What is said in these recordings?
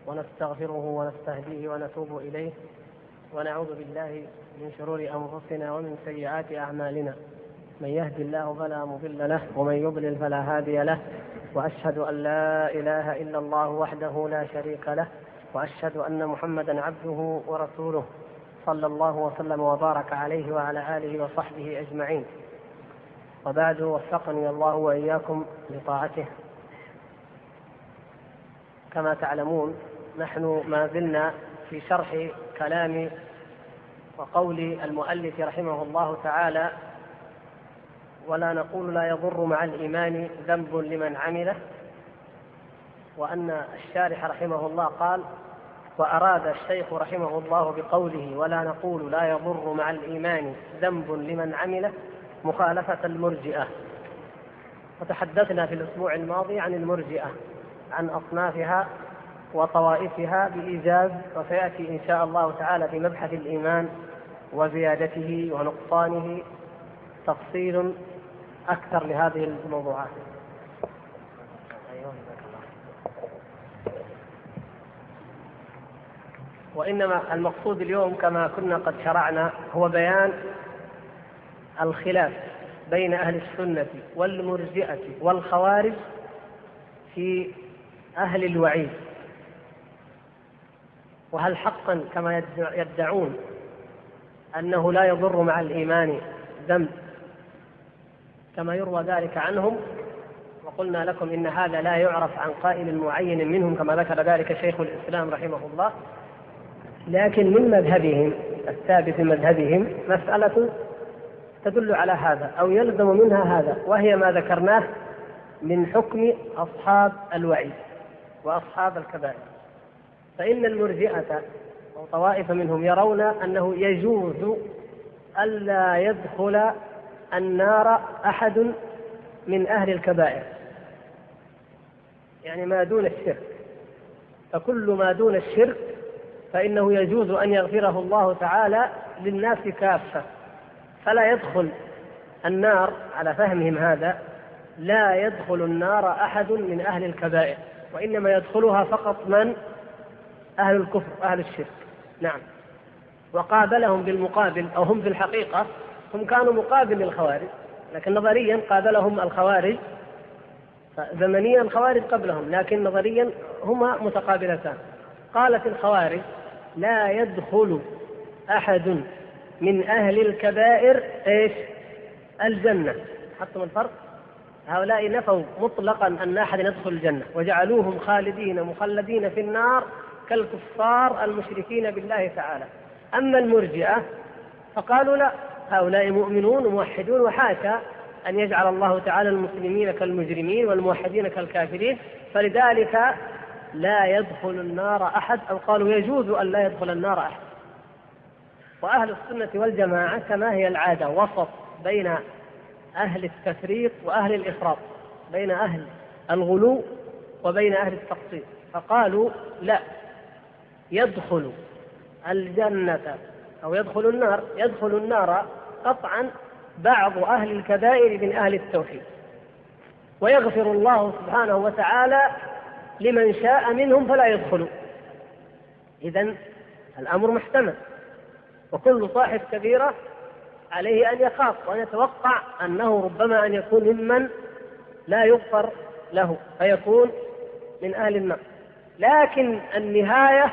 ونستغفره ونستهديه ونتوب إليه ونعوذ بالله من شرور أنفسنا ومن سيئات أعمالنا. من يهد الله فلا مضل له ومن يضلل فلا هادي له، وأشهد أن لا إله إلا الله وحده لا شريك له، وأشهد أن محمدا عبده ورسوله صلى الله وسلم وبارك عليه وعلى آله وصحبه أجمعين. وبعد، وفقني الله وإياكم لطاعته. كما تعلمون نحن ما زلنا في شرح كلام وقول المؤلف رحمه الله تعالى: ولا نقول لا يضر مع الإيمان ذنب لمن عمله. وأن الشارح رحمه الله قال: وأراد الشيخ رحمه الله بقوله ولا نقول لا يضر مع الإيمان ذنب لمن عمله مخالفة المرجئة. وتحدثنا في الأسبوع الماضي عن المرجئة، عن أصنافها وطوائفها بإيجاز، وسيأتي إن شاء الله تعالى في مبحث الإيمان وزيادته ونقصانه تفصيل أكثر لهذه الموضوعات. وإنما المقصود اليوم كما كنا قد شرعنا هو بيان الخلاف بين أهل السنة والمرجئة والخوارج في أهل الوعيد، وهل حقا كما يدعون أنه لا يضر مع الإيمان ذنب كما يروى ذلك عنهم. وقلنا لكم إن هذا لا يعرف عن قائل معين منهم كما ذكر ذلك شيخ الإسلام رحمه الله، لكن من مذهبهم الثابت من مذهبهم مسألة تدل على هذا أو يلزم منها هذا، وهي ما ذكرناه من حكم أصحاب الوعيد وأصحاب الكبائر. فإن المرجئة وطوائف منهم يرون أنه يجوز ألا يدخل النار أحد من أهل الكبائر، يعني ما دون الشرك، فكل ما دون الشرك فإنه يجوز أن يغفره الله تعالى للناس كافة، فلا يدخل النار على فهمهم هذا، لا يدخل النار أحد من أهل الكبائر، وإنما يدخلها فقط من؟ أهل الكفر أهل الشرك. نعم. وقابلهم بالمقابل، أو هم في الحقيقة هم كانوا مقابل للخوارج، لكن نظريا قابلهم الخوارج، زمنيا الخوارج قبلهم، لكن نظريا هما متقابلتان. قالت الخوارج لا يدخل أحد من أهل الكبائر إيش؟ الجنة. حطوا الفرق، هؤلاء نفوا مطلقا أن أحد يدخل الجنة وجعلوهم خالدين مخلدين في النار كالكفار المشركين بالله تعالى. أما المرجئة فقالوا لا، هؤلاء مؤمنون وموحدون، وحاشا أن يجعل الله تعالى المسلمين كالمجرمين والموحدين كالكافرين، فلذلك لا يدخل النار أحد، أو قالوا يجوز أن لا يدخل النار أحد. وأهل السنة والجماعة كما هي العادة وسط بين أهل التفريط وأهل الإفراط، بين أهل الغلو وبين أهل التقصير، فقالوا لا، يدخل الجنة أو يدخل النار قطعا بعض أهل الكبائر من أهل التوحيد، ويغفر الله سبحانه وتعالى لمن شاء منهم فلا يدخلوا. إذن الأمر محتمل، وكل صاحب كبيرة عليه أن يخاف وأن يتوقع أنه ربما أن يكون ممن لا يغفر له فيكون من أهل النار. لكن النهاية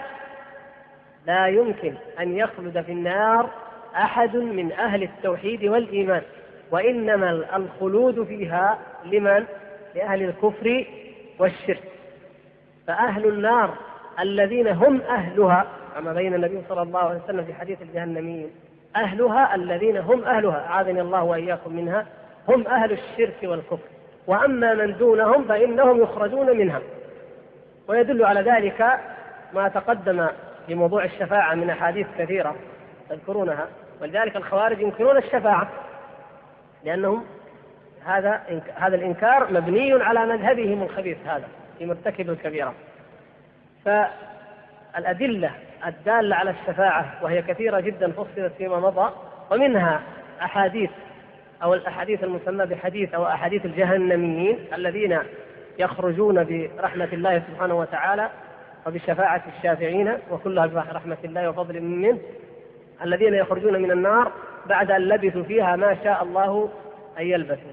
لا يمكن أن يخلد في النار أحد من أهل التوحيد والإيمان، وإنما الخلود فيها لمن؟ لأهل الكفر والشرك. فأهل النار الذين هم أهلها، كما بين النبي صلى الله عليه وسلم في حديث الجهنميين، أهلها الذين هم أهلها أعاذني الله وإياكم منها، هم أهل الشرك والكفر، وأما من دونهم فإنهم يخرجون منها. ويدل على ذلك ما تقدم في موضوع الشفاعة من أحاديث كثيرة تذكرونها. ولذلك الخوارج ينكرون الشفاعة، لأنهم هذا الإنكار مبني على مذهبهم الخبيث هذا في مرتكب الكبيرة. فالأدلة الدالة على الشفاعة وهي كثيرة جدا فصلت فيما مضى، ومنها أحاديث أو الأحاديث المسمى بحديث أو أحاديث الجهنميين الذين يخرجون برحمة الله سبحانه وتعالى وبشفاعة الشافعين وكلها برحمة الله وفضل منه، الذين يخرجون من النار بعد أن لبثوا فيها ما شاء الله أن يلبثوا.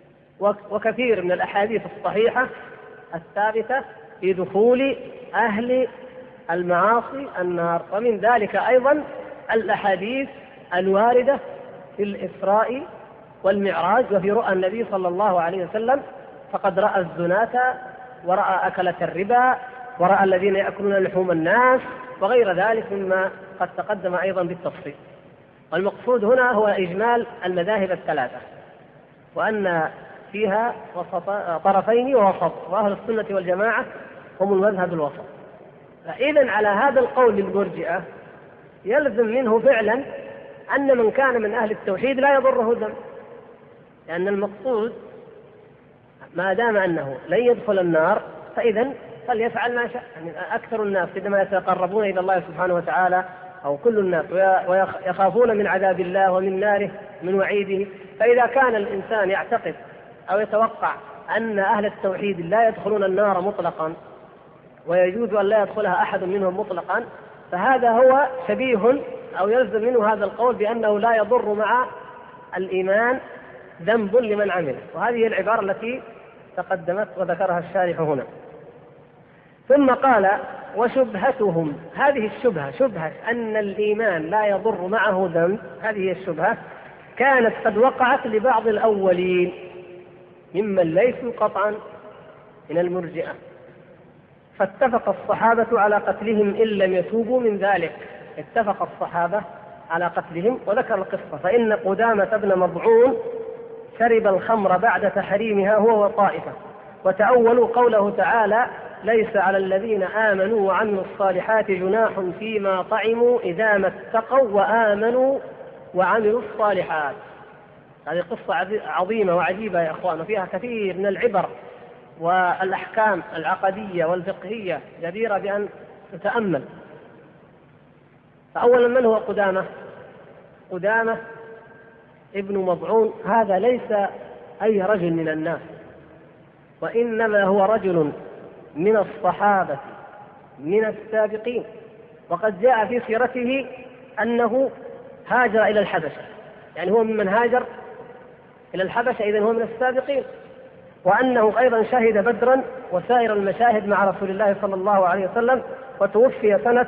وكثير من الأحاديث الصحيحة الثابتة في دخول أهل المعاصي النار، ومن ذلك أيضا الأحاديث الواردة في الإسراء والمعراج وفي رؤى النبي صلى الله عليه وسلم، فقد رأى الزناة ورأى أكلة الربا ورأى الذين يأكلون لحوم الناس وغير ذلك مما قد تقدم أيضا بالتفصيل. والمقصود هنا هو إجمال المذاهب الثلاثة، وأن فيها طرفين ووسط، وأهل السنة والجماعة هم المذهب الوسط. فإذا على هذا القول للمرجئة يلزم منه فعلا أن من كان من أهل التوحيد لا يضره ذنب، لأن المقصود ما دام أنه لن يدخل النار فإذا فليفعل ما شاء. يعني أكثر الناس عندما يتقربون إلى الله سبحانه وتعالى أو كل الناس ويخافون من عذاب الله ومن ناره من وعيده، فإذا كان الإنسان يعتقد أو يتوقع أن أهل التوحيد لا يدخلون النار مطلقا ويجوز أن لا يدخلها أحد منهم مطلقا، فهذا هو شبيه أو يلزم منه هذا القول بأنه لا يضر مع الإيمان ذنب لمن عمل. وهذه العبارة التي تقدمت وذكرها الشارح هنا. ثم قال وشبهتهم، هذه الشبهة، شبهة أن الإيمان لا يضر معه ذنب، هذه الشبهة كانت قد وقعت لبعض الأولين ممن ليسوا قطعا من المرجئة، فاتفق الصحابة على قتلهم إن لم يتوبوا من ذلك. اتفق الصحابة على قتلهم، وذكر القصة. فإن قدامة بن مضعون شرب الخمر بعد تحريمها هو وطائفة، وتأولوا قوله تعالى ليس على الذين آمنوا وعملوا الصالحات جناح فيما طعموا إذا ما اتقوا وآمنوا وعملوا الصالحات. هذه قصة عظيمة وعجيبة يا أخوان، وفيها كثير من العبر والأحكام العقدية والفقهية جديرة بأن تتأمل. فأولا من هو قدامة؟ قدامة ابن مضعون هذا ليس أي رجل من الناس، وإنما هو رجل من الصحابة من السابقين، وقد جاء في سيرته أنه هاجر إلى الحبشة، يعني هو ممن هاجر إلى الحبشة، إذن هو من السابقين، وأنه أيضا شهد بدرا وسائر المشاهد مع رسول الله صلى الله عليه وسلم، وتوفي سنة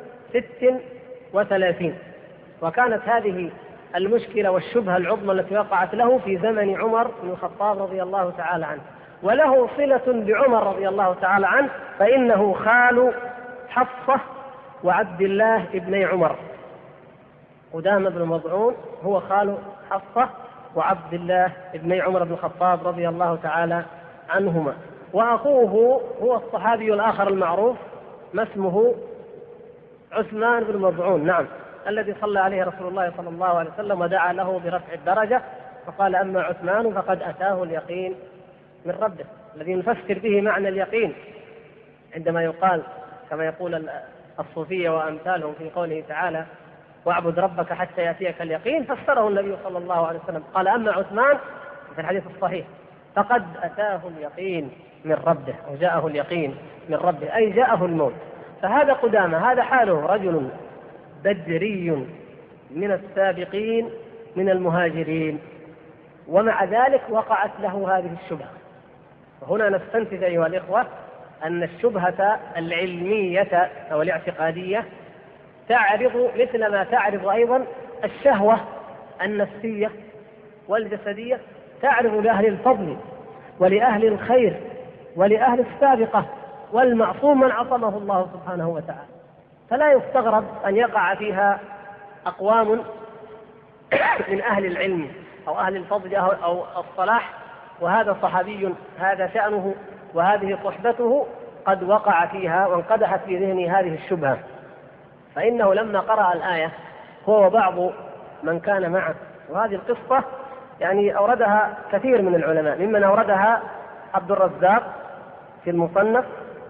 36. وكانت هذه المشكلة والشبهة العظمى التي وقعت له في زمن عمر بن الخطاب رضي الله تعالى عنه، وله صلة بعمر رضي الله تعالى عنه، فإنه خال حفصة وعبد الله ابني عمر. قدامة بن مضعون هو خال حفصة وعبد الله ابني عمر بن الخطاب رضي الله تعالى عنهما. وأخوه هو الصحابي الآخر المعروف ما اسمه عثمان بن مضعون، نعم، الذي صلى عليه رسول الله صلى الله عليه وسلم ودعا له برفع الدرجة، فقال أما عثمان فقد أتاه اليقين من ربه، الذي نفسر به معنى اليقين عندما يقال كما يقول الصوفية وأمثالهم في قوله تعالى واعبد ربك حتى يأتيك اليقين، فسره النبي صلى الله عليه وسلم قال أما عثمان في الحديث الصحيح فقد أتاه اليقين من ربه، وجاءه اليقين من ربه أي جاءه الموت. فهذا قدامة، هذا حاله رجل بدري من السابقين من المهاجرين، ومع ذلك وقعت له هذه الشبهة. وهنا نستنتج أيها الإخوة أن الشبهة العلمية أو الاعتقادية تعرض مثل ما تعرض أيضا الشهوة النفسية والجسدية، تعرض لأهل الفضل ولأهل الخير ولأهل السابقة والمعصوم من عصمه الله سبحانه وتعالى. فلا يستغرب أن يقع فيها أقوام من أهل العلم أو أهل الفضل أو الصلاح، وهذا صحابي هذا شأنه وهذه صحبته قد وقع فيها وانقدحت في ذهنه هذه الشبهة. فإنه لما قرأ الآية هو وبعض من كان معه، وهذه القصة يعني أوردها كثير من العلماء، ممن أوردها عبد الرزاق في المصنف،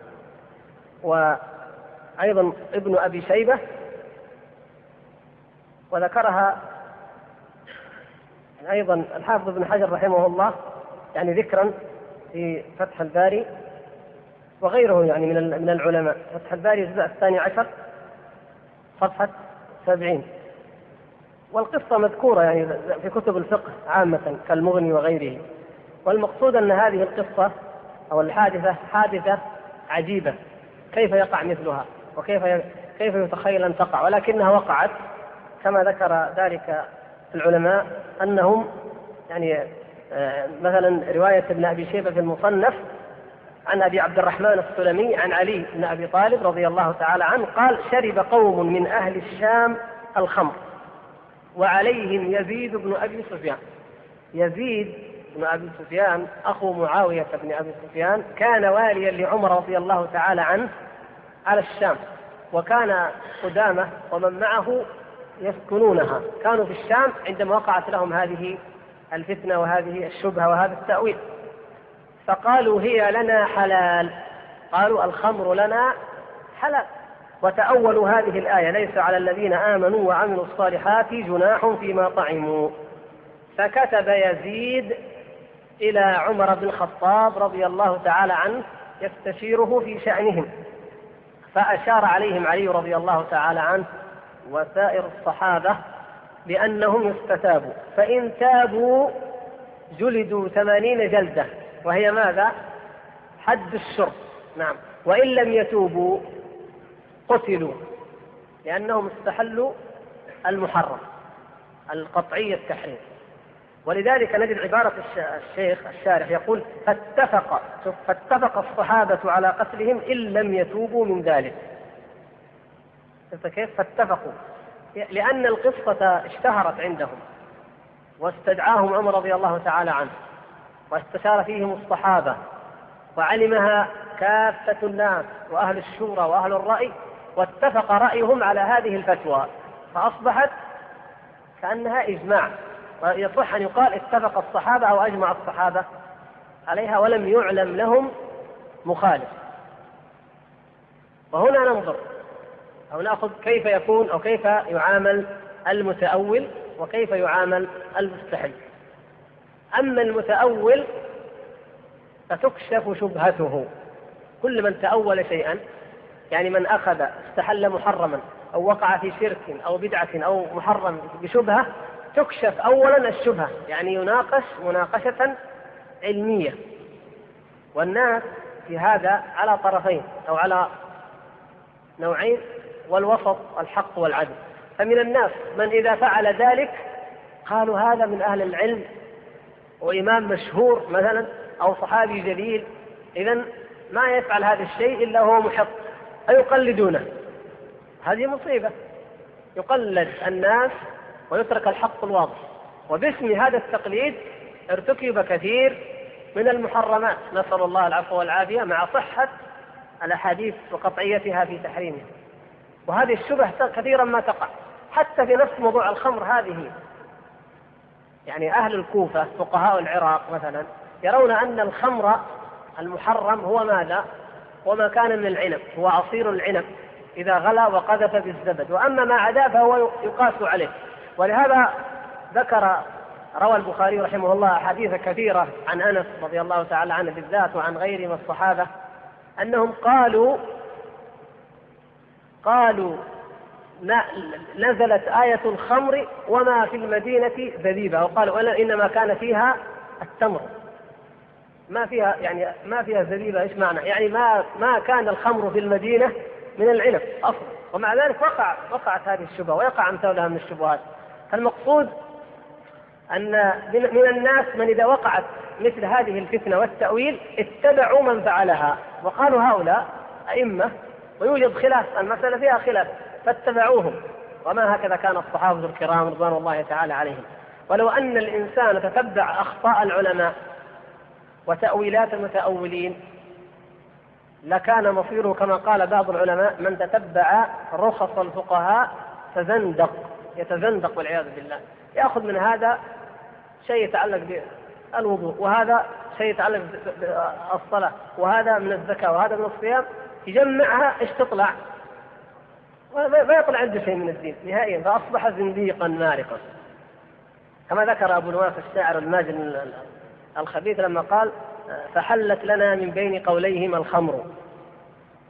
وأيضا ابن أبي شيبة، وذكرها أيضا الحافظ ابن حجر رحمه الله يعني ذكرا في فتح الباري، وغيره يعني من العلماء. فتح الباري الجزء 12 صفحة 70. والقصة مذكورة يعني في كتب الفقه عامة كالمغني وغيره. والمقصود أن هذه القصة أو الحادثة حادثة عجيبة، كيف يقع مثلها وكيف يتخيل أن تقع، ولكنها وقعت كما ذكر ذلك العلماء. أنهم يعني مثلا رواية ابن أبي شيبة في المصنف عن أبي عبد الرحمن السلمي عن علي بن أبي طالب رضي الله تعالى عنه قال: شرب قوم من أهل الشام الخمر وعليهم يزيد بن أبي سفيان. يزيد بن أبي سفيان أخو معاوية بن أبي سفيان كان واليا لعمر رضي الله تعالى عنه على الشام، وكان قدامه ومن معه يسكنونها، كانوا في الشام عندما وقعت لهم هذه الفتنة وهذه الشبهة وهذا التأويل، فقالوا هي لنا حلال، قالوا الخمر لنا حلال، وتأولوا هذه الآية: ليس على الذين آمنوا وعملوا الصالحات جناح فيما طعموا. فكتب يزيد إلى عمر بن الخطاب رضي الله تعالى عنه يستشيره في شأنهم، فأشار عليهم علي رضي الله تعالى عنه وسائر الصحابة بأنهم يستتابوا، فإن تابوا جلدوا 80 جلدة، وهي ماذا؟ حد الشرب. نعم. وإن لم يتوبوا قتلوا، لأنهم استحلوا المحرم القطعي التحريم. ولذلك نجد عبارة الشيخ الشارح يقول: فاتفق الصحابة على قتلهم إن لم يتوبوا من ذلك. كيف فاتفقوا؟ لأن القصة اشتهرت عندهم واستدعاهم عمر رضي الله تعالى عنه واستشار فيهم الصحابة وعلمها كافة الناس وأهل الشورى وأهل الرأي، واتفق رأيهم على هذه الفتوى، فأصبحت كأنها إجماع، ويصح أن يقال اتفق الصحابة أو أجمع الصحابة عليها ولم يعلم لهم مخالف. وهنا ننظر أو نأخذ كيف يكون أو كيف يعامل المتأول وكيف يعامل المستحل. أما المتأول فتكشف شبهته. كل من تأول شيئا، يعني من أخذ استحل محرما أو وقع في شرك أو بدعة أو محرم بشبهة، تكشف أولا الشبهة، يعني يناقش مناقشة علمية. والناس في هذا على طرفين أو على نوعين، والوسط الحق والعدل. فمن الناس من إذا فعل ذلك قالوا هذا من أهل العلم وإمام مشهور مثلا أو صحابي جليل، إذن ما يفعل هذا الشيء إلا هو محق، أيقلدونه. هذه مصيبة، يقلد الناس ويترك الحق الواضح، وباسم هذا التقليد ارتكب كثير من المحرمات، نسأل الله العفو والعافية، مع صحة الأحاديث وقطعيتها في تحريمها. وهذه الشبه كثيرا ما تقع حتى في نفس موضوع الخمر هذه. يعني أهل الكوفة فقهاء العراق مثلا يرون أن الخمر المحرم هو ماذا؟ وما كان من العنب، هو عصير العنب إذا غلى وقذف بالزبد، وأما ما عداه فهو يقاس عليه. ولهذا روى البخاري رحمه الله أحاديث كثيرة عن أنس رضي الله تعالى عنه بالذات وعن غيره من الصحابة أنهم قالوا نزلت آية الخمر وما في المدينة زبيبة، وقالوا إنما كان فيها التمر، ما فيها زبيبة. إيش معنى؟ يعني ما كان الخمر في المدينة من العنب أصلا، ومع ذلك وقعت هذه الشبهة ويقع أمثالها من الشبهات. فالمقصود أن من الناس من إذا وقعت مثل هذه الفتنة والتأويل اتبعوا من فعلها، وقالوا هؤلاء أئمة ويوجد خلاف، المسألة فيها خلاف، فاتبعوهم. وما هكذا كان الصحابة الكرام رضوان الله تعالى عليهم. ولو أن الإنسان تتبع أخطاء العلماء وتأويلات المتأولين لكان مصيره كما قال بعض العلماء: من تتبع رخص الفقهاء يتزندق والعياذ بالله. يأخذ من هذا شيء يتعلق بالوضوء، وهذا شيء يتعلق بالصلاة، وهذا من الزكاة، وهذا من الصيام، يجمعها ايش تطلع؟ ما يطلع عنده شيء من الدين نهائيا، فأصبح زنديقا مارقا. كما ذكر أبو نواس الشاعر الماجد الخبيث لما قال: فحلت لنا من بين قوليهما الخمر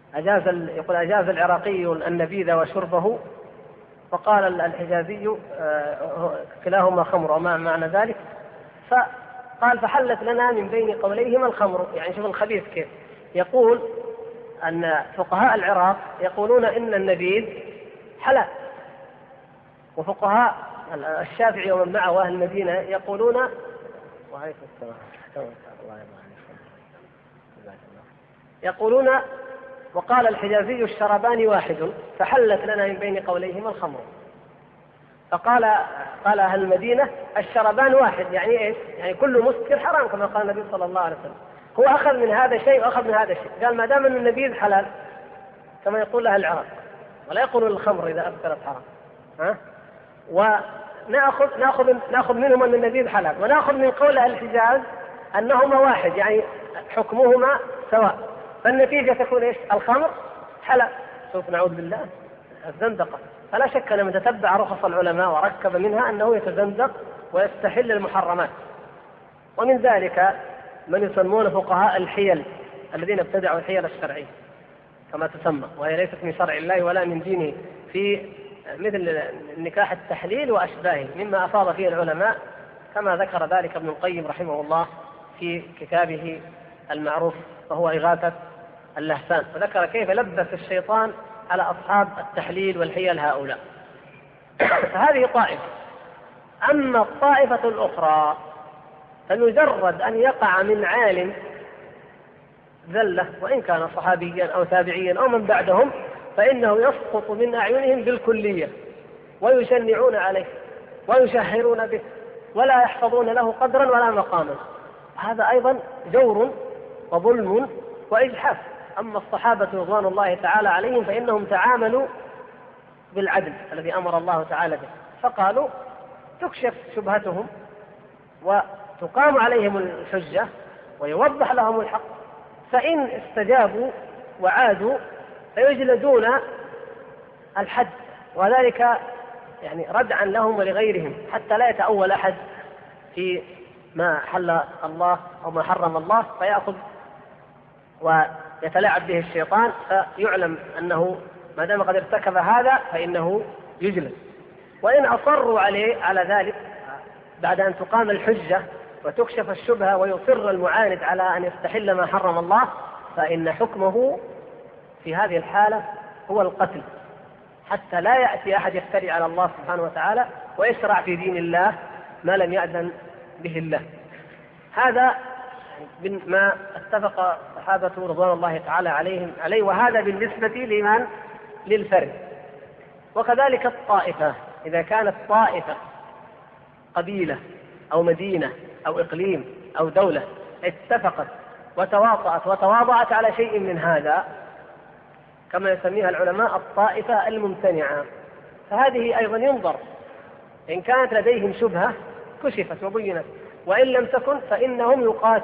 يقول أجاز العراقي النبيذ وشربه، وقال الحجازي كلاهما خمر وما معنى ذلك، فقال فحلت لنا من بين قوليهما الخمر. يعني شوف الخبيث كيف يقول أن فقهاء العراق يقولون إن النبيذ حلال، وفقهاء الشافعي ومن معه وأهل المدينة يقولون يقولون وقال الحجازي الشربان واحد فحلت لنا من بين قوليهما الخمر. فقال أهل المدينة الشربان واحد، يعني إيش؟ يعني كل مسكر حرام كما قال النبي صلى الله عليه وسلم. هو أخذ من هذا شيء وأخذ من هذا شيء، قال ما دام أن النبيذ حلال كما يقول أهل العراق، ولا يقولون الخمر إذا أذكرت حرام، ونأخذ منهم أن النبيذ حلال، ونأخذ من قول أهل الحجاز أنهما واحد، يعني حكمهما سواء، فالنتيجة تكون إيش؟ الخمر حلال. سوف نعوذ بالله الزندقة. فلا شك أن من تتبع رخص العلماء وركب منها أنه يتزندق ويستحل المحرمات. ومن ذلك من يسمون فقهاء الحيل الذين ابتدعوا الحيل الشرعية كما تسمى، وهي ليست من شرع الله ولا من دينه، في مثل نكاح التحليل وأشباهه مما أفاض فيه العلماء، كما ذكر ذلك ابن القيم رحمه الله في كتابه المعروف وهو إغاثة اللهفان، وذكر كيف لبس الشيطان على أصحاب التحليل والحيل هؤلاء. فهذه طائفة. أما الطائفة الأخرى فمجرد أن يقع من عالم زلة وإن كان صحابيا أو تابعيا أو من بعدهم، فإنه يسقط من أعينهم بالكلية، ويشنعون عليه ويشهرون به ولا يحفظون له قدرا ولا مقاما. هذا أيضا جور وظلم وإجحاف. أما الصحابة رضوان الله تعالى عليهم فإنهم تعاملوا بالعدل الذي أمر الله تعالى به، فقالوا تكشف شبهتهم وتقام عليهم الحجة ويوضح لهم الحق، فإن استجابوا وعادوا فيجلدون الحد، وذلك يعني ردعا لهم ولغيرهم حتى لا يتأول أحد في ما حل الله أو ما حرم الله فيأخذ ويتلاعب به الشيطان، فيعلم أنه ما دام قد ارتكب هذا فإنه يجلد. وإن أصروا عليه على ذلك بعد أن تقام الحجة وتكشف الشبهة ويصر المعاند على أن يستحل ما حرم الله، فإن حكمه في هذه الحالة هو القتل، حتى لا يأتي أحد يفتري على الله سبحانه وتعالى ويشرع في دين الله ما لم يأذن به الله. هذا ما اتفق الصحابة رضوان الله تعالى عليه، وهذا بالنسبة لمن؟ للفرد. وكذلك الطائفة، إذا كانت طائفة قبيلة أو مدينة أو إقليم أو دولة اتفقت وتواطأت وتواضعت على شيء من هذا، كما يسميها العلماء الطائفة الممتنعة، فهذه أيضا ينظر إن كانت لديهم شبهة كشفت وبينت، وإن لم تكن فإنهم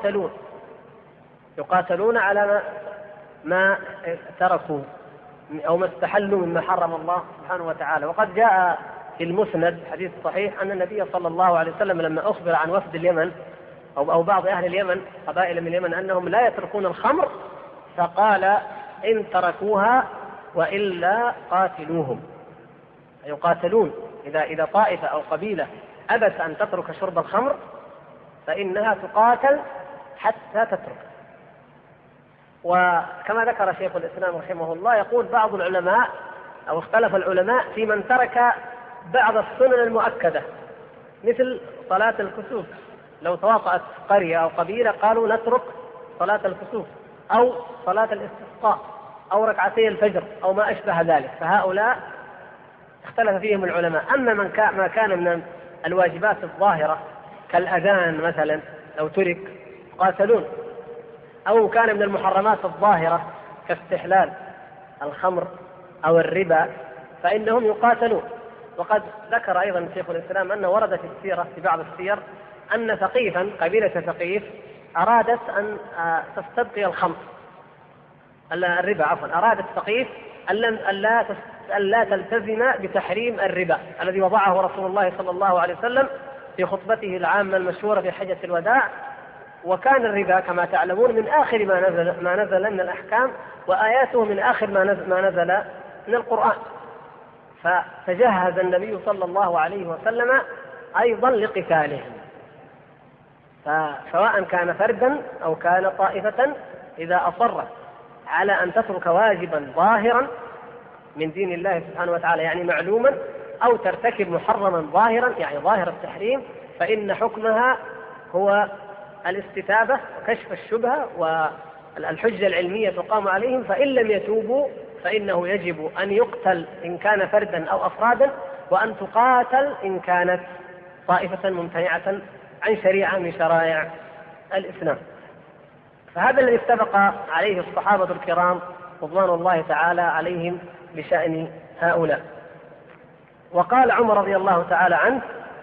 يقاتلون على ما تركوا أو ما استحلوا مما حرم الله سبحانه وتعالى. وقد جاء في المسند حديث صحيح أن النبي صلى الله عليه وسلم لما أخبر عن وفد اليمن أو بعض أهل اليمن قبائل من اليمن أنهم لا يتركون الخمر، فقال إن تركوها وإلا قاتلوهم، يقاتلون. إذا طائفة أو قبيلة أبت أن تترك شرب الخمر فإنها تقاتل حتى تترك. وكما ذكر شيخ الإسلام رحمه الله، يقول بعض العلماء أو اختلف العلماء في من ترك بعض السنن المؤكدة مثل صلاة الكسوف. لو تواطأت قرية أو قبيلة قالوا نترك صلاة الكسوف أو صلاة الاستسقاء أو ركعتي الفجر أو ما أشبه ذلك، فهؤلاء اختلف فيهم العلماء. أما ما كان من الواجبات الظاهرة كالأذان مثلا لو ترك قاتلون، أو كان من المحرمات الظاهرة كاستحلال الخمر أو الربا فإنهم يقاتلون. وقد ذكر أيضا شيخ الإسلام أنه ورد في السيرة في بعض السير أن ثقيفا قبيلة ثقيف أرادت أن تستبقي الربا أرادت ثقيف أن لا تلتزم بتحريم الربا الذي وضعه رسول الله صلى الله عليه وسلم في خطبته العامة المشهورة في حجة الوداع، وكان الربا كما تعلمون من آخر ما نزل من الأحكام، وآياته من آخر ما نزل من القرآن. فتجهز النبي صلى الله عليه وسلم أيضا لقتالهم، فسواء كان فردا أو كان طائفة، إذا أصرت على أن تترك واجبا ظاهرا من دين الله سبحانه وتعالى يعني معلوما، أو ترتكب محرما ظاهرا يعني ظاهر التحريم، فإن حكمها هو الاستتابة وكشف الشبهة والحجة العلمية تقام عليهم. فإن لم يتوبوا فإنه يجب أن يقتل إن كان فردا أو أفرادا، وأن تقاتل إن كانت طائفة ممتنعة عن شريعة من شرائع الإسلام. فهذا الذي اتفق عليه الصحابة الكرام رضوان الله تعالى عليهم بشأن هؤلاء. وقال عمر رضي الله تعالى عنه،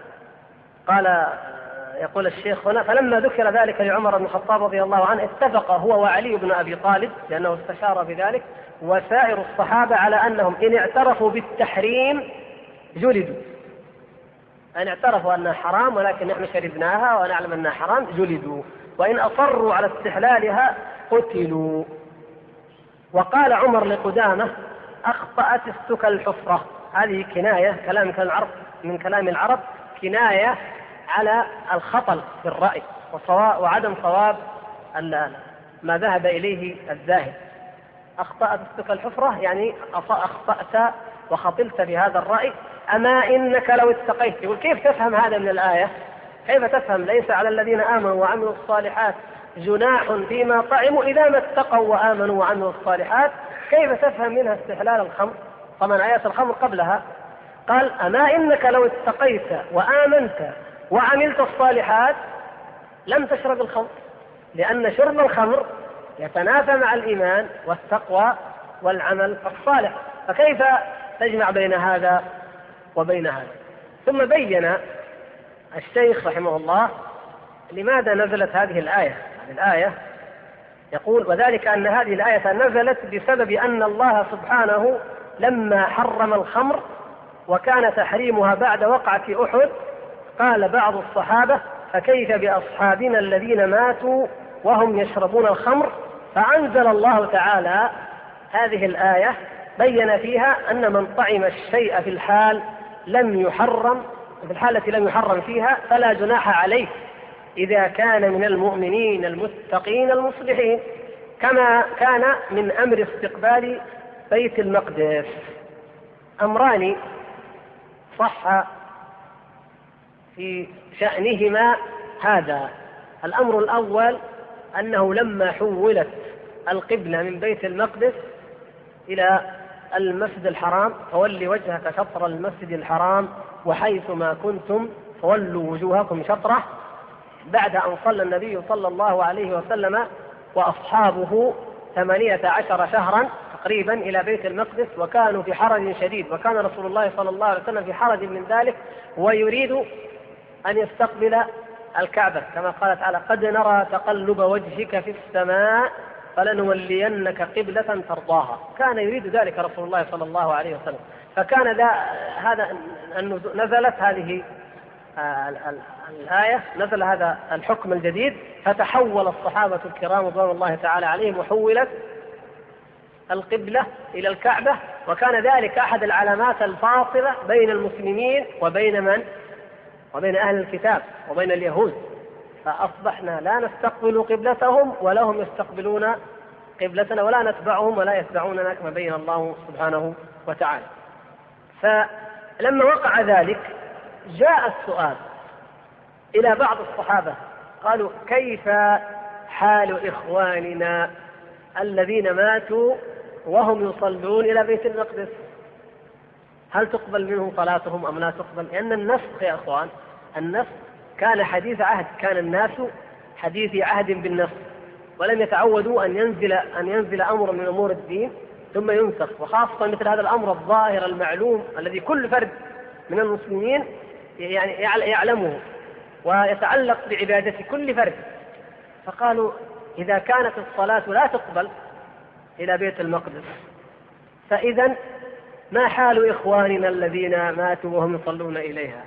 قال يقول الشيخ هنا: فلما ذكر ذلك لعمر بن الخطاب رضي الله عنه اتفق هو وعلي بن أبي طالب، لأنه استشار بذلك، وسائر الصحابة على أنهم إن اعترفوا بالتحريم جلدوا، أن اعترفوا أنها حرام ولكن نحن شربناها ونعلم أنها حرام جلدوا، وإن أصروا على استحلالها قتلوا. وقال عمر لقدامة: أخطأت السك الحفرة. هذه كناية من كلام العرب، كناية على الخطل في الرأي وعدم صواب ما ذهب إليه الزاهد. أخطأت السك الحفرة يعني أخطأت وخطلت بهذا الرأي. أما إنك لو اتقيت. يقول كيف تفهم هذا من الآية؟ كيف تفهم ليس على الذين آمنوا وعملوا الصالحات جناح فيما طعموا إذا ما اتقوا وآمنوا وعملوا الصالحات؟ كيف تفهم منها استحلال الخمر؟ طبعا آيات الخمر قبلها. قال: أما إنك لو اتقيت وآمنت وعملت الصالحات لم تشرب الخمر، لأن شرب الخمر يتنافى مع الإيمان والتقوى والعمل الصالح، فكيف تجمع بين هذا وبين هذا؟ ثم بين الشيخ رحمه الله لماذا نزلت هذه الآية. الآية يقول: وذلك أن هذه الآية نزلت بسبب أن الله سبحانه لما حرم الخمر وكان تحريمها بعد وقعة أحد قال بعض الصحابة: فكيف بأصحابنا الذين ماتوا وهم يشربون الخمر؟ فأنزل الله تعالى هذه الآية بين فيها أن من طعم الشيء في الحالة التي لم يحرم فيها فلا جناح عليه إذا كان من المؤمنين المتقين المصلحين، كما كان من أمر استقبال بيت المقدس. أمران صح في شأنهما هذا. الأمر الأول أنه لما حولت القبلة من بيت المقدس إلى المسجد الحرام: فولي وجهك شطر المسجد الحرام وحيث ما كنتم فولوا وجوهكم شطره، بعد أن صلى النبي صلى الله عليه وسلم وأصحابه 18 شهرا تقريبا إلى بيت المقدس، وكانوا في حرج شديد، وكان رسول الله صلى الله عليه وسلم في حرج من ذلك ويريد أن يستقبل الكعبة، كما قال تعالى: قد نرى تقلب وجهك في السماء فلنولينك قبلة ترضاها. كان يريد ذلك رسول الله صلى الله عليه وسلم، فكان هذا أن نزلت هذه الآية، نزل هذا الحكم الجديد، فتحول الصحابة الكرام رضوان الله تعالى عليهم وحولت القبلة إلى الكعبة، وكان ذلك أحد العلامات الفاصلة بين المسلمين وبين وبين أهل الكتاب وبين اليهود، فأصبحنا لا نستقبل قبلتهم ولا هم يستقبلون قبلتنا، ولا نتبعهم ولا يتبعوننا، كما بين الله سبحانه وتعالى. فلما وقع ذلك جاء السؤال إلى بعض الصحابة، قالوا: كيف حال إخواننا الذين ماتوا وهم يصلون إلى بيت المقدس؟ هل تقبل منهم صلاتهم أم لا تقبل؟ لأن النسخ يا أخوان، النسخ كان حديث عهد، كان الناس حديث عهد بالنسخ، ولم يتعودوا أن ينزل أمر من أمور الدين ثم ينسخ، وخاصة مثل هذا الأمر الظاهر المعلوم الذي كل فرد من المسلمين يعني يعلمه ويتعلق بعبادة كل فرد. فقالوا: إذا كانت الصلاة لا تقبل إلى بيت المقدس، فإذا ما حال إخواننا الذين ماتوا وهم يصلون إليها؟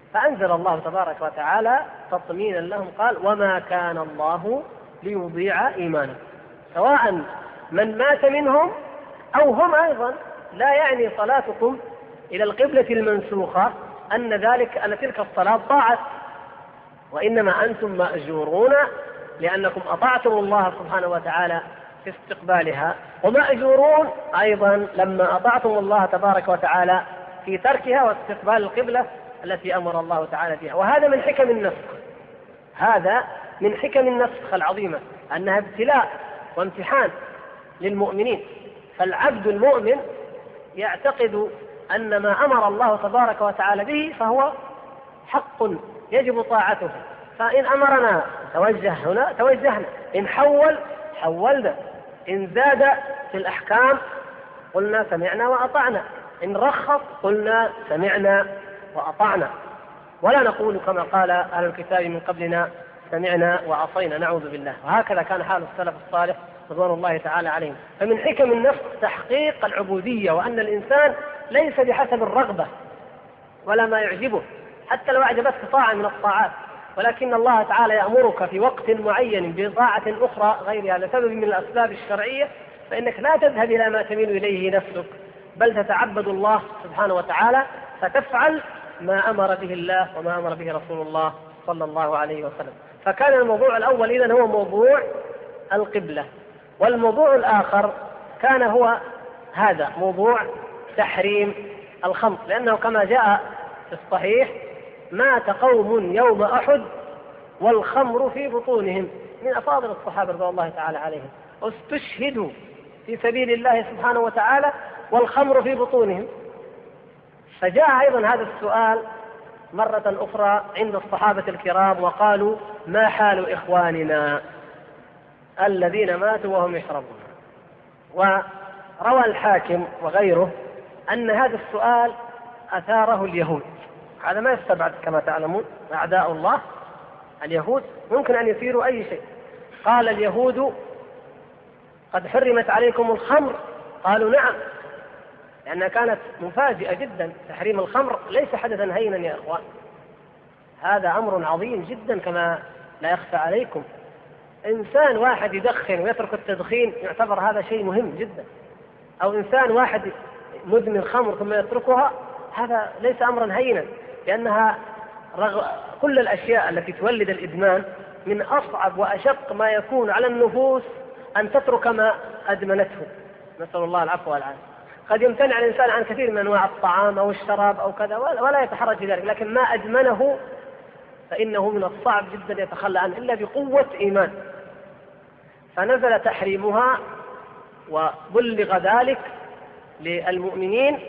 فأنزل الله تبارك وتعالى تطمينا لهم قال: وما كان الله ليضيع إيمانهم، سواء من مات منهم أو هم أيضا. لا يعني صلاتكم إلى القبلة المنسوخة أن تلك الصلاة ضاعت، وإنما أنتم مأجورون لأنكم أطعتم الله سبحانه وتعالى في استقبالها، ومأجورون أيضا لما أطعتم الله تبارك وتعالى في تركها واستقبال القبلة التي أمر الله تعالى بها. وهذا من حكم النسخ، هذا من حكم النسخ العظيمة، أنها ابتلاء وامتحان للمؤمنين. فالعبد المؤمن يعتقد أن ما أمر الله تبارك وتعالى به فهو حق يجب طاعته، فإن أمرنا توجه هنا توجهنا، إن حولنا، إن زاد في الأحكام قلنا سمعنا وأطعنا، إن رخص قلنا سمعنا وأطعنا، ولا نقول كما قال أهل الكتاب من قبلنا سمعنا وعصينا، نعوذ بالله. وهكذا كان حال السلف الصالح رضوان الله تعالى عليهم. فمن حكم النسخ تحقيق العبودية، وأن الإنسان ليس بحسب الرغبة ولا ما يعجبه، حتى لو أعجبتك طاعة من الطاعات، ولكن الله تعالى يأمرك في وقت معين بطاعة أخرى غيرها لسبب من الأسباب الشرعية، فإنك لا تذهب إلى ما تميل إليه نفسك، بل تتعبد الله سبحانه وتعالى فتفعل ما أمر به الله وما أمر به رسول الله صلى الله عليه وسلم. فكان الموضوع الأول إذن هو موضوع القبلة، والموضوع الآخر كان هو هذا موضوع تحريم الخمر، لأنه كما جاء في الصحيح: مات قوم يوم أحد والخمر في بطونهم، من أفاضل الصحابة رضي الله تعالى عليهم، واستشهدوا في سبيل الله سبحانه وتعالى والخمر في بطونهم. فجاء أيضا هذا السؤال مرة أخرى عند الصحابة الكرام وقالوا: ما حال إخواننا الذين ماتوا وهم يشربون؟ وروى الحاكم وغيره أن هذا السؤال أثاره اليهود. هذا ما يستبعد كما تعلمون، أعداء الله اليهود ممكن أن يثيروا أي شيء. قال اليهود: قد حرمت عليكم الخمر؟ قالوا: نعم، لأنها كانت مفاجئة جدا. تحريم الخمر ليس حدثا هينا يا أخوان، هذا أمر عظيم جدا كما لا يخفى عليكم. إنسان واحد يدخن ويترك التدخين يعتبر هذا شيء مهم جدا، أو إنسان واحد مدمن خمر ثم يتركها، هذا ليس أمرا هينا، لأنها كل الأشياء التي تولد الإدمان من أصعب وأشق ما يكون على النفوس أن تترك ما أدمنته، نسأل الله العفو والعافية. قد يمتنع الإنسان عن كثير من أنواع الطعام أو الشراب أو كذا ولا يتحرج في ذلك، لكن ما أدمنه فإنه من الصعب جدا يتخلى عنه إلا بقوة إيمان. فنزل تحريمها وبلغ ذلك للمؤمنين،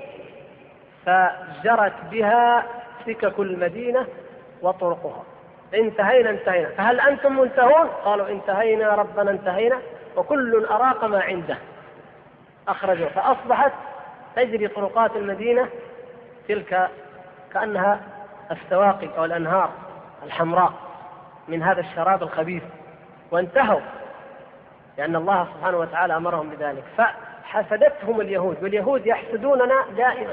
فجرت بها سكك المدينة وطرقها. انتهينا. فهل أنتم منتهون؟ قالوا: انتهينا ربنا انتهينا، وكل أراق ما عنده. أخرجوا، فأصبحت تجري طرقات المدينة تلك كأنها السواقي أو الأنهار الحمراء من هذا الشراب الخبيث، وانتهوا لأن الله سبحانه وتعالى أمرهم بذلك. فحسدتهم اليهود، واليهود يحسدوننا دائما،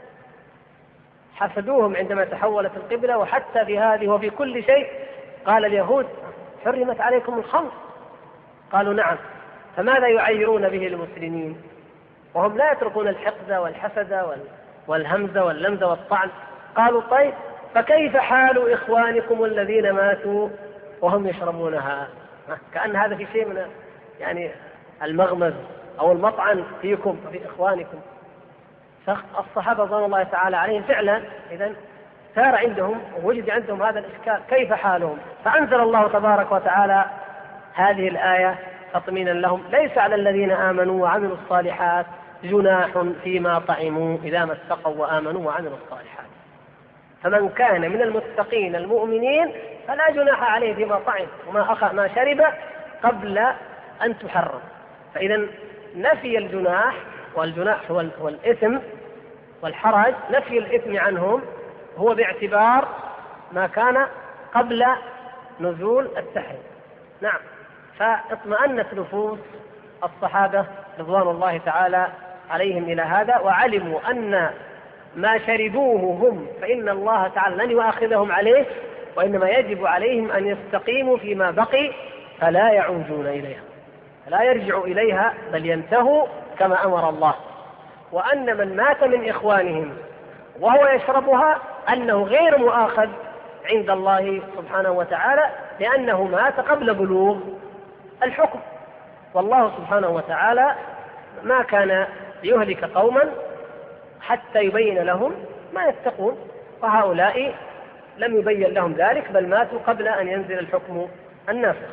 حسدوهم عندما تحولت القبلة، وحتى في هذه وفي كل شيء. قال اليهود: حرمت عليكم الخمر؟ قالوا: نعم. فماذا يعيرون به المسلمين وهم لا يتركون الحقد والحسد والهمز واللمز والطعن؟ قالوا: طيب، فكيف حال إخوانكم الذين ماتوا وهم يشربونها؟ كأن هذا في شيء من يعني المغمز أو المطعن فيكم وفي إخوانكم. فالصحابة رضوان الله تعالى عليهم فعلا إذن صار عندهم ووجد عندهم هذا الإشكال، كيف حالهم؟ فأنزل الله تبارك وتعالى هذه الآية تطمينا لهم: ليس على الذين آمنوا وعملوا الصالحات جناح فيما طعموا إذا ما اتقوا وآمنوا وعملوا الصالحات. فمن كان من المتقين المؤمنين فلا جناح عليه فيما طعم وما ما شرب قبل أن تحرم. فإذا نفي الجناح، والجناح هو الإثم والحرج، نفي الإثم عنهم هو باعتبار ما كان قبل نزول التحريم. نعم. فاطمأنت نفوس الصحابة رضوان الله تعالى عليهم إلى هذا، وعلموا أن ما شربوه هم فإن الله تعالى لن يؤاخذهم عليه، وإنما يجب عليهم أن يستقيموا فيما بقي فلا يعودون إليها، لا يرجعوا إليها، بل ينتهوا كما أمر الله. وأن من مات من إخوانهم وهو يشربها أنه غير مؤاخذ عند الله سبحانه وتعالى، لأنه مات قبل بلوغ الحكم. والله سبحانه وتعالى ما كان ليهلك قوما حتى يبين لهم ما يتقون، وهؤلاء لم يبين لهم ذلك، بل ماتوا قبل أن ينزل الحكم الناسخ.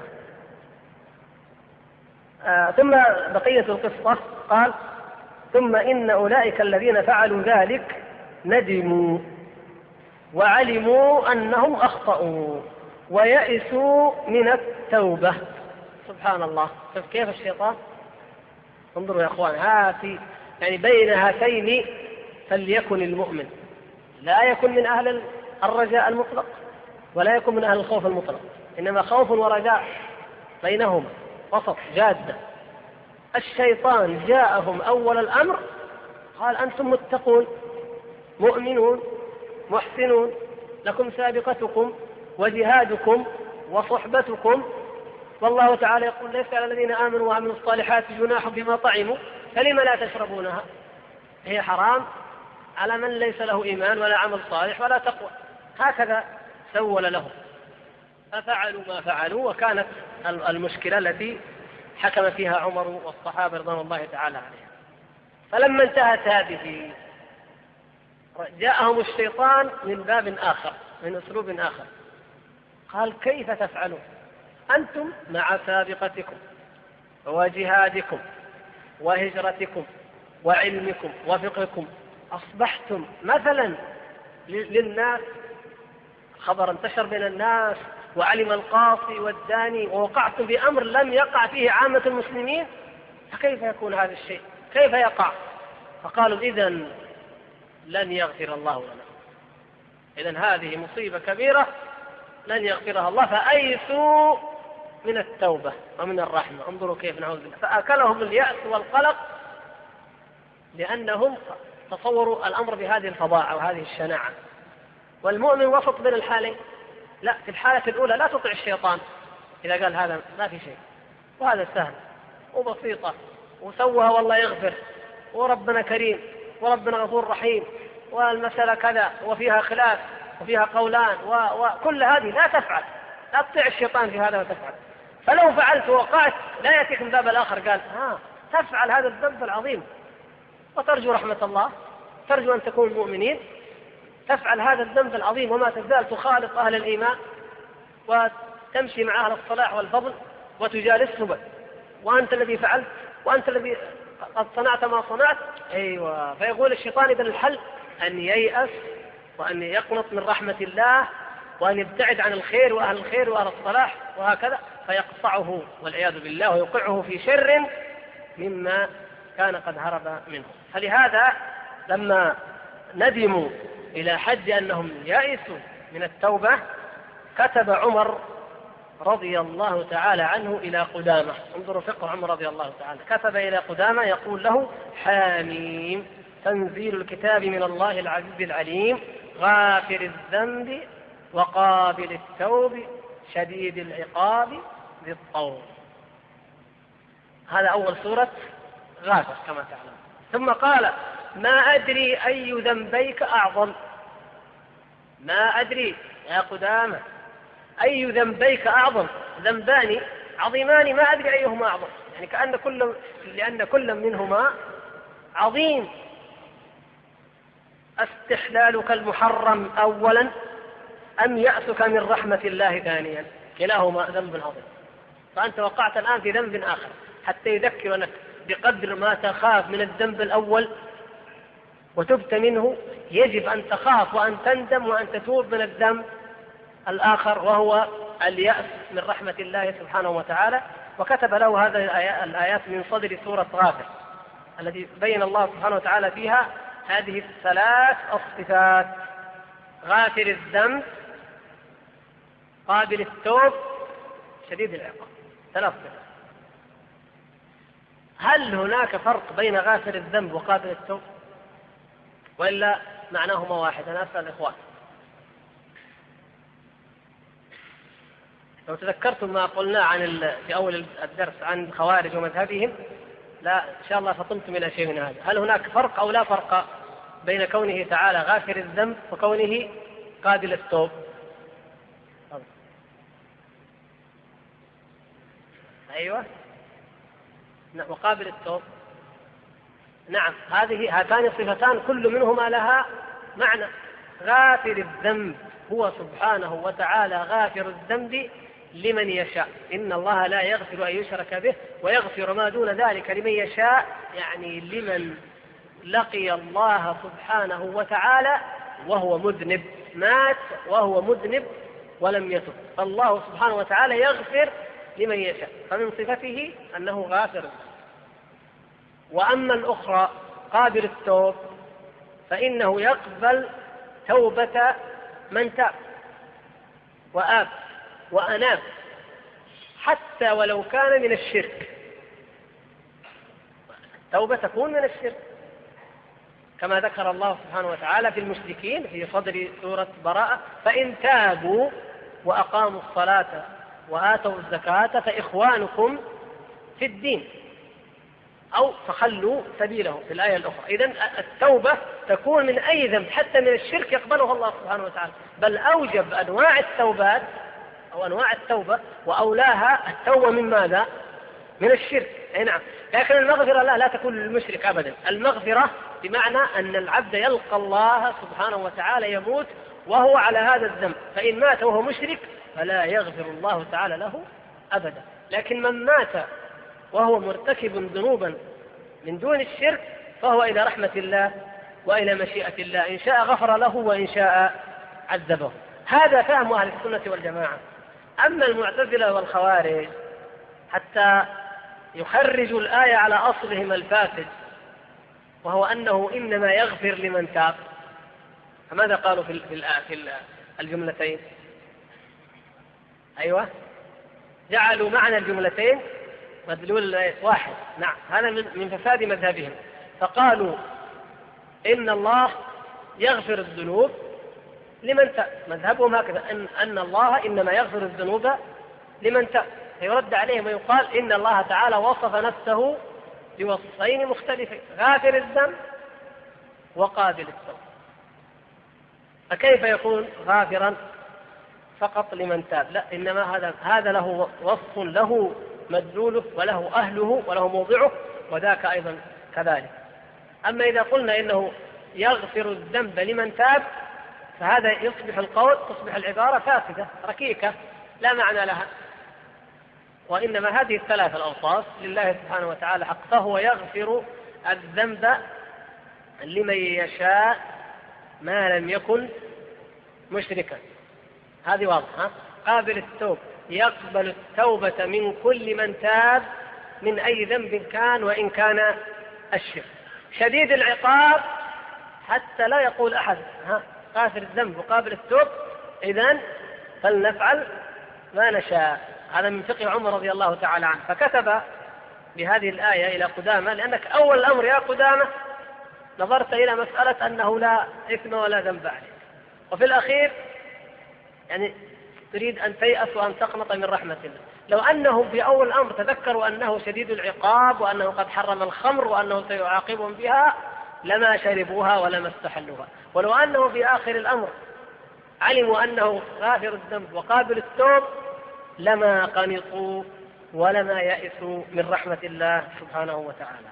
ثم بقية القصة قال: ثم إن أولئك الذين فعلوا ذلك ندموا وعلموا أنهم أخطأوا ويئسوا من التوبة. سبحان الله، كيف الشيطان. انظروا يا أخوان، يعني بين هاتين فليكن المؤمن، لا يكن من أهل الرجاء المطلق ولا يكن من أهل الخوف المطلق، إنما خوف ورجاء بينهما وسط جادة. الشيطان جاءهم أول الأمر قال: أنتم متقون مؤمنون محسنون، لكم سابقتكم وجهادكم وصحبتكم، والله تعالى يقول: ليس على الذين آمنوا وعملوا الصالحات جناح بما طعموا فلم لا تشربونها، هي حرام على من ليس له إيمان ولا عمل صالح ولا تقوى. هكذا سول لهم، ففعلوا ما فعلوا، وكانت المشكلة التي حكم فيها عمر والصحابة رضوان الله تعالى عليهم. فلما انتهت هذه جاءهم الشيطان من باب آخر، من أسلوب آخر، قال: كيف تفعلون أنتم مع سابقتكم وجهادكم وهجرتكم وعلمكم وفقهكم أصبحتم مثلا للناس، خبر انتشر بين الناس وعلم القاصي والداني، ووقعتم بأمر لم يقع فيه عامة المسلمين، فكيف يكون هذا الشيء؟ كيف يقع؟ فقالوا: إذن لن يغفر الله لنا، إذن هذه مصيبة كبيرة لن يغفرها الله، فأيسوا من التوبة ومن الرحمة. انظروا كيف نعوذ بالله. فأكلهم اليأس والقلق، لأنهم تصوروا الأمر بهذه الفظاعة وهذه الشناعة. والمؤمن وسط بين الحالين، لا، في الحالة الأولى لا تطع الشيطان إذا قال هذا ما في شيء وهذا سهل وبسيطة وسوها والله يغفر وربنا كريم وربنا غفور رحيم والمسألة كذا وفيها خلاف وفيها قولان وكل هذه لا تفعل، لا تطيع الشيطان في هذا وتفعل. فلو فعلت ووقعت لا يأتيك من باب الآخر قال تفعل هذا الذنب العظيم وترجو رحمة الله، ترجو أن تكون المؤمنين، تفعل هذا الذنب العظيم وما تزال تخالط أهل الإيمان وتمشي مع أهل الصلاح والفضل وتجالسهم، وأنت الذي فعلت وأنت الذي قد صنعت ما صنعت. أيوة، فيقول الشيطان إذن الحل أن ييأس وأن يقنط من رحمة الله وأن يبتعد عن الخير وأهل الخير وأهل الصلاح وهكذا، فيقطعه والعياذ بالله ويوقعه في شر مما كان قد هرب منه. فلهذا لما ندموا إلى حد أنهم يائسوا من التوبة كتب عمر رضي الله تعالى عنه إلى قدامة، انظروا فقه عمر رضي الله تعالى، كتب إلى قدامة يقول له: حاميم تنزيل الكتاب من الله العزيز العليم غافر الذنب وقابل التوب شديد العقاب ذي الطول. هذا أول سورة غافر كما تعلم. ثم قال: ما أدري أي ذنبيك أعظم، ما أدري يا قدامة أي ذنبيك أعظم، ذنبان عظيمان ما أدري أيهما أعظم، يعني لأن كل منهما عظيم. استحلالك المحرم أولا أم يأسك من رحمة الله ثانيا، كلاهما ذنب عظيم. فأنت وقعت الآن في ذنب آخر، حتى يذكرك بقدر ما تخاف من الذنب الأول وتبت منه يجب أن تخاف وأن تندم وأن تتوب من الذنب الآخر وهو اليأس من رحمة الله سبحانه وتعالى. وكتب له هذه الآيات من صدر سورة غافر التي بين الله سبحانه وتعالى فيها هذه الثلاث الصفات: غافر الذنب، قابل التوب، شديد العقاب، ثلاث صفات. هل هناك فرق بين غافر الذنب وقابل التوب؟ وإلا معناهما واحد. أنا أسأل الإخوان، لو تذكرتم ما قلنا في أول الدرس عن الخوارج ومذهبهم، لا إن شاء الله فطنتم إلى شيء من هذا. هل هناك فرق أو لا فرق بين كونه تعالى غافر الذنب وكونه قابل التوب؟ أيوة، وقابل التوب، نعم، هاتان صفتان كل منهما لها معنى. غافر الذنب هو سبحانه وتعالى غافر الذنب لمن يشاء، إن الله لا يغفر أن يشرك به ويغفر ما دون ذلك لمن يشاء، يعني لمن لقي الله سبحانه وتعالى وهو مذنب، مات وهو مذنب ولم يتب، فالله سبحانه وتعالى يغفر لمن يشاء، فمن صفته أنه غافر. وأما الأخرى قابل التوب فإنه يقبل توبة من تاب وآب وأناب حتى ولو كان من الشرك. توبة تكون من الشرك كما ذكر الله سبحانه وتعالى في المشركين في صدر سورة براءة: فإن تابوا وأقاموا الصلاة وآتوا الزكاة فإخوانكم في الدين أو فخلوا سبيلهم في الآية الأخرى. إذن التوبة تكون من أي ذنب حتى من الشرك يقبله الله سبحانه وتعالى، بل أوجب أنواع التوبات أو أنواع التوبة وأولاها التوبة من ماذا؟ من الشرك. أي نعم، لكن المغفرة لا تكون للمشرك أبدا. المغفرة بمعنى أن العبد يلقى الله سبحانه وتعالى يموت وهو على هذا الذنب، فإن مات وهو مشرك فلا يغفر الله تعالى له أبدا. لكن من مات وهو مرتكب ذنوبا من دون الشرك فهو إلى رحمة الله وإلى مشيئة الله، إن شاء غفر له وإن شاء عذبه. هذا فهم أهل السنة والجماعة. أما المعتزلة والخوارج حتى يخرجوا الآية على أصلهم الفاسد وهو أنه إنما يغفر لمن تاب، فماذا قالوا في الجملتين؟ أيوة، جعلوا معنى الجملتين مدلول واحد. نعم، هذا من فساد مذهبهم، فقالوا إن الله يغفر الذنوب لمن تاب. مذهبهم هكذا، أن الله إنما يغفر الذنوب لمن تاب، فيرد عليهم ويقال إن الله تعالى وصف نفسه بوصفين مختلفين: غافر الذنب وقابل التوب. فكيف يكون غافرا فقط لمن تاب؟ لا، إنما هذا له وصف، له مدلوله وله أهله وله موضعه، وذاك أيضا كذلك. أما إذا قلنا إنه يغفر الذنب لمن تاب فهذا يصبح القول، تصبح العبارة فاسدة ركيكة لا معنى لها. وإنما هذه الثلاث الأوصاف لله سبحانه وتعالى حق، فهو يغفر الذنب لمن يشاء ما لم يكن مشركا، هذه واضحة. قابل التوب يقبل التوبة من كل من تاب من أي ذنب كان وإن كان الشرك. شديد العقاب حتى لا يقول أحد غافر الذنب وقابل التوب إذن فلنفعل ما نشاء. هذا من فقه عمر رضي الله تعالى عنه، فكتب بهذه الآية إلى قدامة، لأنك أول الأمر يا قدامة نظرت إلى مسألة أنه لا إثم ولا ذنب عليك، وفي الأخير يعني تريد أن تيأس وأن تقنط من رحمة الله. لو أنهم في أول الأمر تذكروا أنه شديد العقاب وأنه قد حرم الخمر وأنه سيعاقبهم بها لما شربوها ولما استحلوها. ولو أنهم في آخر الأمر علموا أنه غافر الذنب وقابل التوب لما قنطوا ولما يأسوا من رحمة الله سبحانه وتعالى.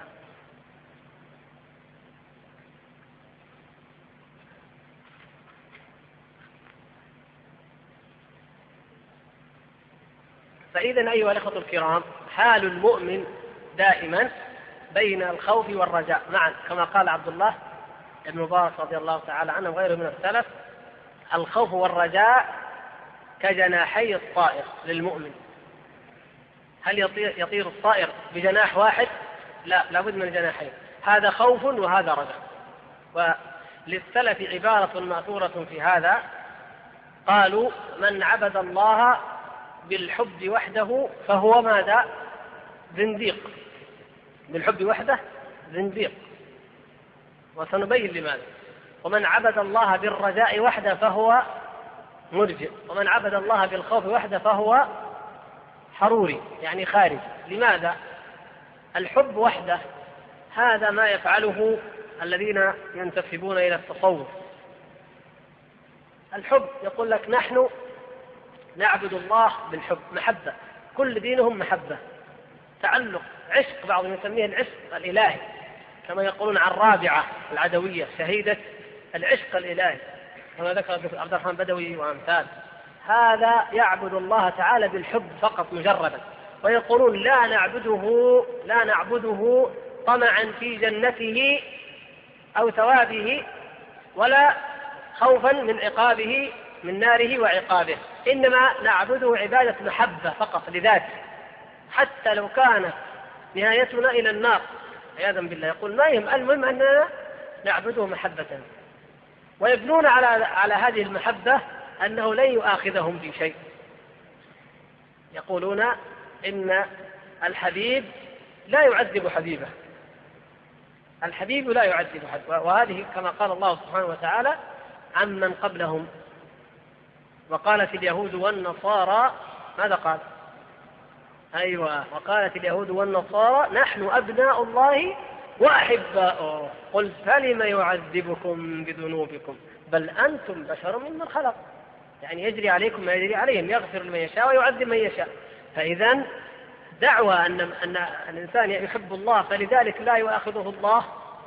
فإذا أيها الأخوة الكرام، حال المؤمن دائما بين الخوف والرجاء معا، كما قال عبد الله بن مبارك رضي الله تعالى عنه وغيره من السلف: الخوف والرجاء كجناحي الطائر للمؤمن. هل يطير الطائر بجناح واحد؟ لا، لابد من جناحين، هذا خوف وهذا رجاء. وللسلف عبارة مأثورة في هذا، قالوا: من عبد الله بالحب وحده فهو ماذا؟ زنديق. بالحب وحده زنديق، وسنبين لماذا. ومن عبد الله بالرجاء وحده فهو مرجئ، ومن عبد الله بالخوف وحده فهو حروري، يعني خارج. لماذا؟ الحب وحده هذا ما يفعله الذين ينتسبون إلى التصوف. الحب يقول لك نحن نعبد الله بالحب، محبة، كل دينهم محبة، تعلق، عشق، بعضهم يسميه العشق الإلهي، كما يقولون عن رابعة العدوية شهيدة العشق الإلهي كما ذكر عبد الرحمن بدوي وأمثال. هذا يعبد الله تعالى بالحب فقط مجردا، ويقولون لا نعبده طمعا في جنته أو ثوابه ولا خوفا من عقابه من ناره وعقابه، إنما نعبده عبادة محبة فقط لذاته، حتى لو كانت نهايتنا إلى النار عياذا بالله. يقول ما يهم، المهم أننا نعبده محبة، ويبنون على هذه المحبة أنه لن يؤاخذهم بشيء. يقولون إن الحبيب لا يعذب حبيبه، الحبيب لا يعذب حبيبه، وهذه كما قال الله سبحانه وتعالى عمن قبلهم. وقالت اليهود والنصارى، ماذا قال؟ أيوة، وقالت اليهود والنصارى نحن أبناء الله وأحباؤه قل فلم يعذبكم بذنوبكم بل أنتم بشر ممن خلق، يعني يجري عليكم ما يجري عليهم، يغفر لمن يشاء ويعذب من يشاء. فإذا دعوى أن الإنسان يحب الله فلذلك لا يؤاخذه الله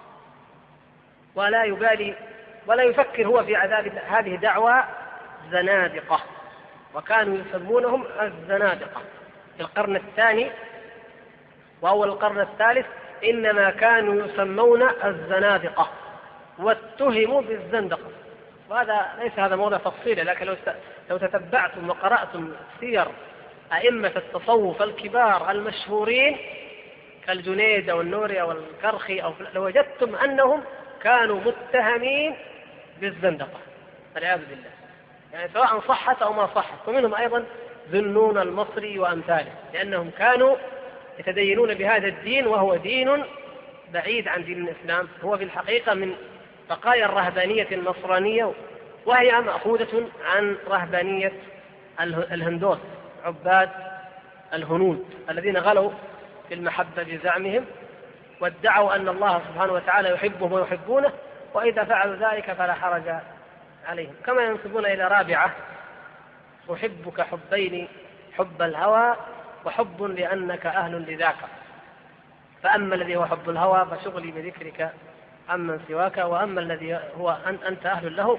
ولا يبالي ولا يفكر هو في عذاب، هذه دعوى زنادقة، وكانوا يسمونهم الزنادقة في القرن الثاني وأول القرن الثالث، إنما كانوا يسمون الزنادقة واتهموا بالزندقة. وهذا ليس هذا موضع تفصيلي، لكن لو تتبعتم وقرأتم سير أئمة التصوف الكبار المشهورين كالجنيد أو النوري أو الكرخي لوجدتم أنهم كانوا متهمين بالزندقة والعياذ بالله، يعني سواء صحت أو ما صحت. ومنهم أيضا ذنون المصري وأمثاله، لأنهم كانوا يتدينون بهذا الدين وهو دين بعيد عن دين الإسلام، هو في الحقيقة من بقايا الرهبانية النصرانية، وهي مأخوذة عن رهبانية الهندوس، عباد الهنود الذين غلوا في المحبة بزعمهم وادعوا أن الله سبحانه وتعالى يحبهم ويحبونه، وإذا فعلوا ذلك فلا حرج عليهم. كما ينسبون إلى رابعة أحبك حبين، حب الهوى وحب لأنك أهل لذاك، فأما الذي هو حب الهوى فشغلي بذكرك عمن سواك، وأما الذي هو أنت أهل له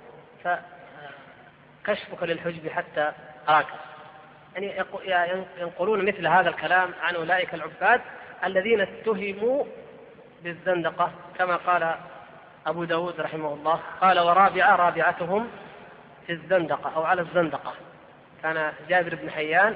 فكشفك للحجب حتى أراك. يعني ينقلون مثل هذا الكلام عن أولئك العباد الذين اتهموا بالزندقة، كما قال أبو داود رحمه الله قال رابعتهم في الزندقة أو على الزندقة كان جابر بن حيان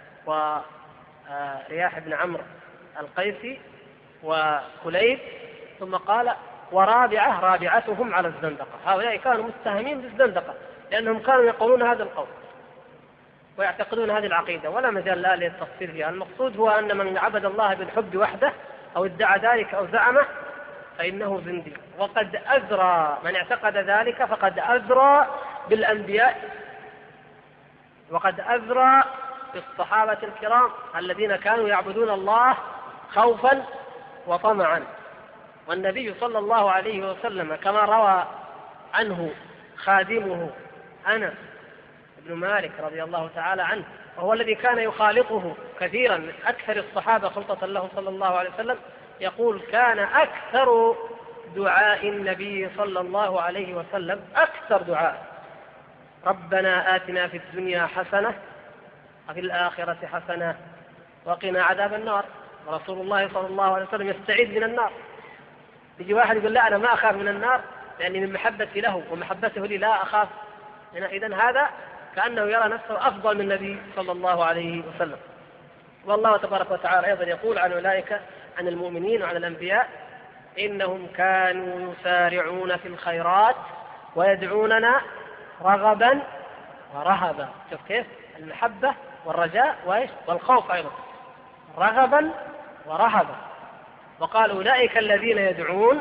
ورياح بن عمرو القيسي وكليب، ثم قال رابعتهم على الزندقة. هؤلاء كانوا متهمين بالزندقة لأنهم كانوا يقولون هذا القول ويعتقدون هذه العقيدة، ولا مجال لا للتفصيل فيها. المقصود هو أن من عبد الله بالحب وحده أو ادعى ذلك أو زعمه فإنه زنديق، وقد أزرى من اعتقد ذلك فقد أزرى بالأنبياء، وقد أزرى بالصحابة الكرام الذين كانوا يعبدون الله خوفا وطمعا. والنبي صلى الله عليه وسلم كما روى عنه خادمه أنس بن مالك رضي الله تعالى عنه، وهو الذي كان يخالطه كثيرا من أكثر الصحابة خلطة له صلى الله عليه وسلم، يقول كان أكثر دعاء النبي صلى الله عليه وسلم أكثر دعاء ربنا آتنا في الدنيا حسنة وفي الآخرة حسنة وقنا عذاب النار. ورسول الله صلى الله عليه وسلم يستعيذ من النار. يجي واحد يقول لا أنا ما أخاف من النار لأني من محبتي له ومحبته لي لا أخاف. إذن هذا كأنه يرى نفسه أفضل من النبي صلى الله عليه وسلم. والله تبارك وتعالى أيضا يقول عن أولئك عن المؤمنين وعن الأنبياء إنهم كانوا يسارعون في الخيرات ويدعوننا رغبا ورهبا. شوف كيف المحبة والرجاء والخوف أيضا، رغبا ورهبا. وقال أولئك الذين يدعون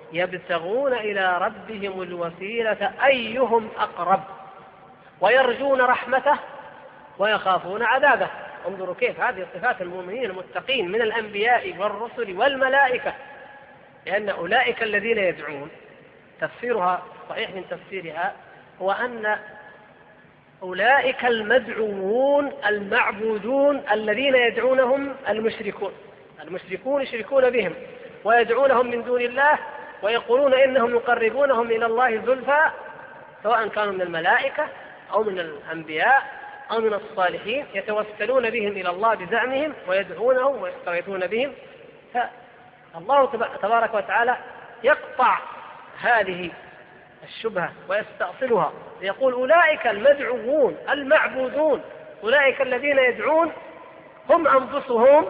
يبتغون إلى ربهم الوسيلة أيهم أقرب ويرجون رحمته ويخافون عذابه. انظروا كيف هذه صفات المؤمنين المتقين من الأنبياء والرسل والملائكة، لأن أولئك الذين يدعون تفسيرها صحيح من تفسيرها هو أن أولئك المدعوون المعبودون الذين يدعونهم المشركون يشركون بهم ويدعونهم من دون الله ويقولون إنهم يقربونهم إلى الله زلفى، سواء كانوا من الملائكة أو من الأنبياء أو من الصالحين، يتوسلون بهم إلى الله بزعمهم ويدعونهم ويستغيثون بهم. فالله تبارك وتعالى يقطع هذه الشبهة ويستأصلها، يقول أولئك المدعوون المعبودون، أولئك الذين يدعون هم أنفسهم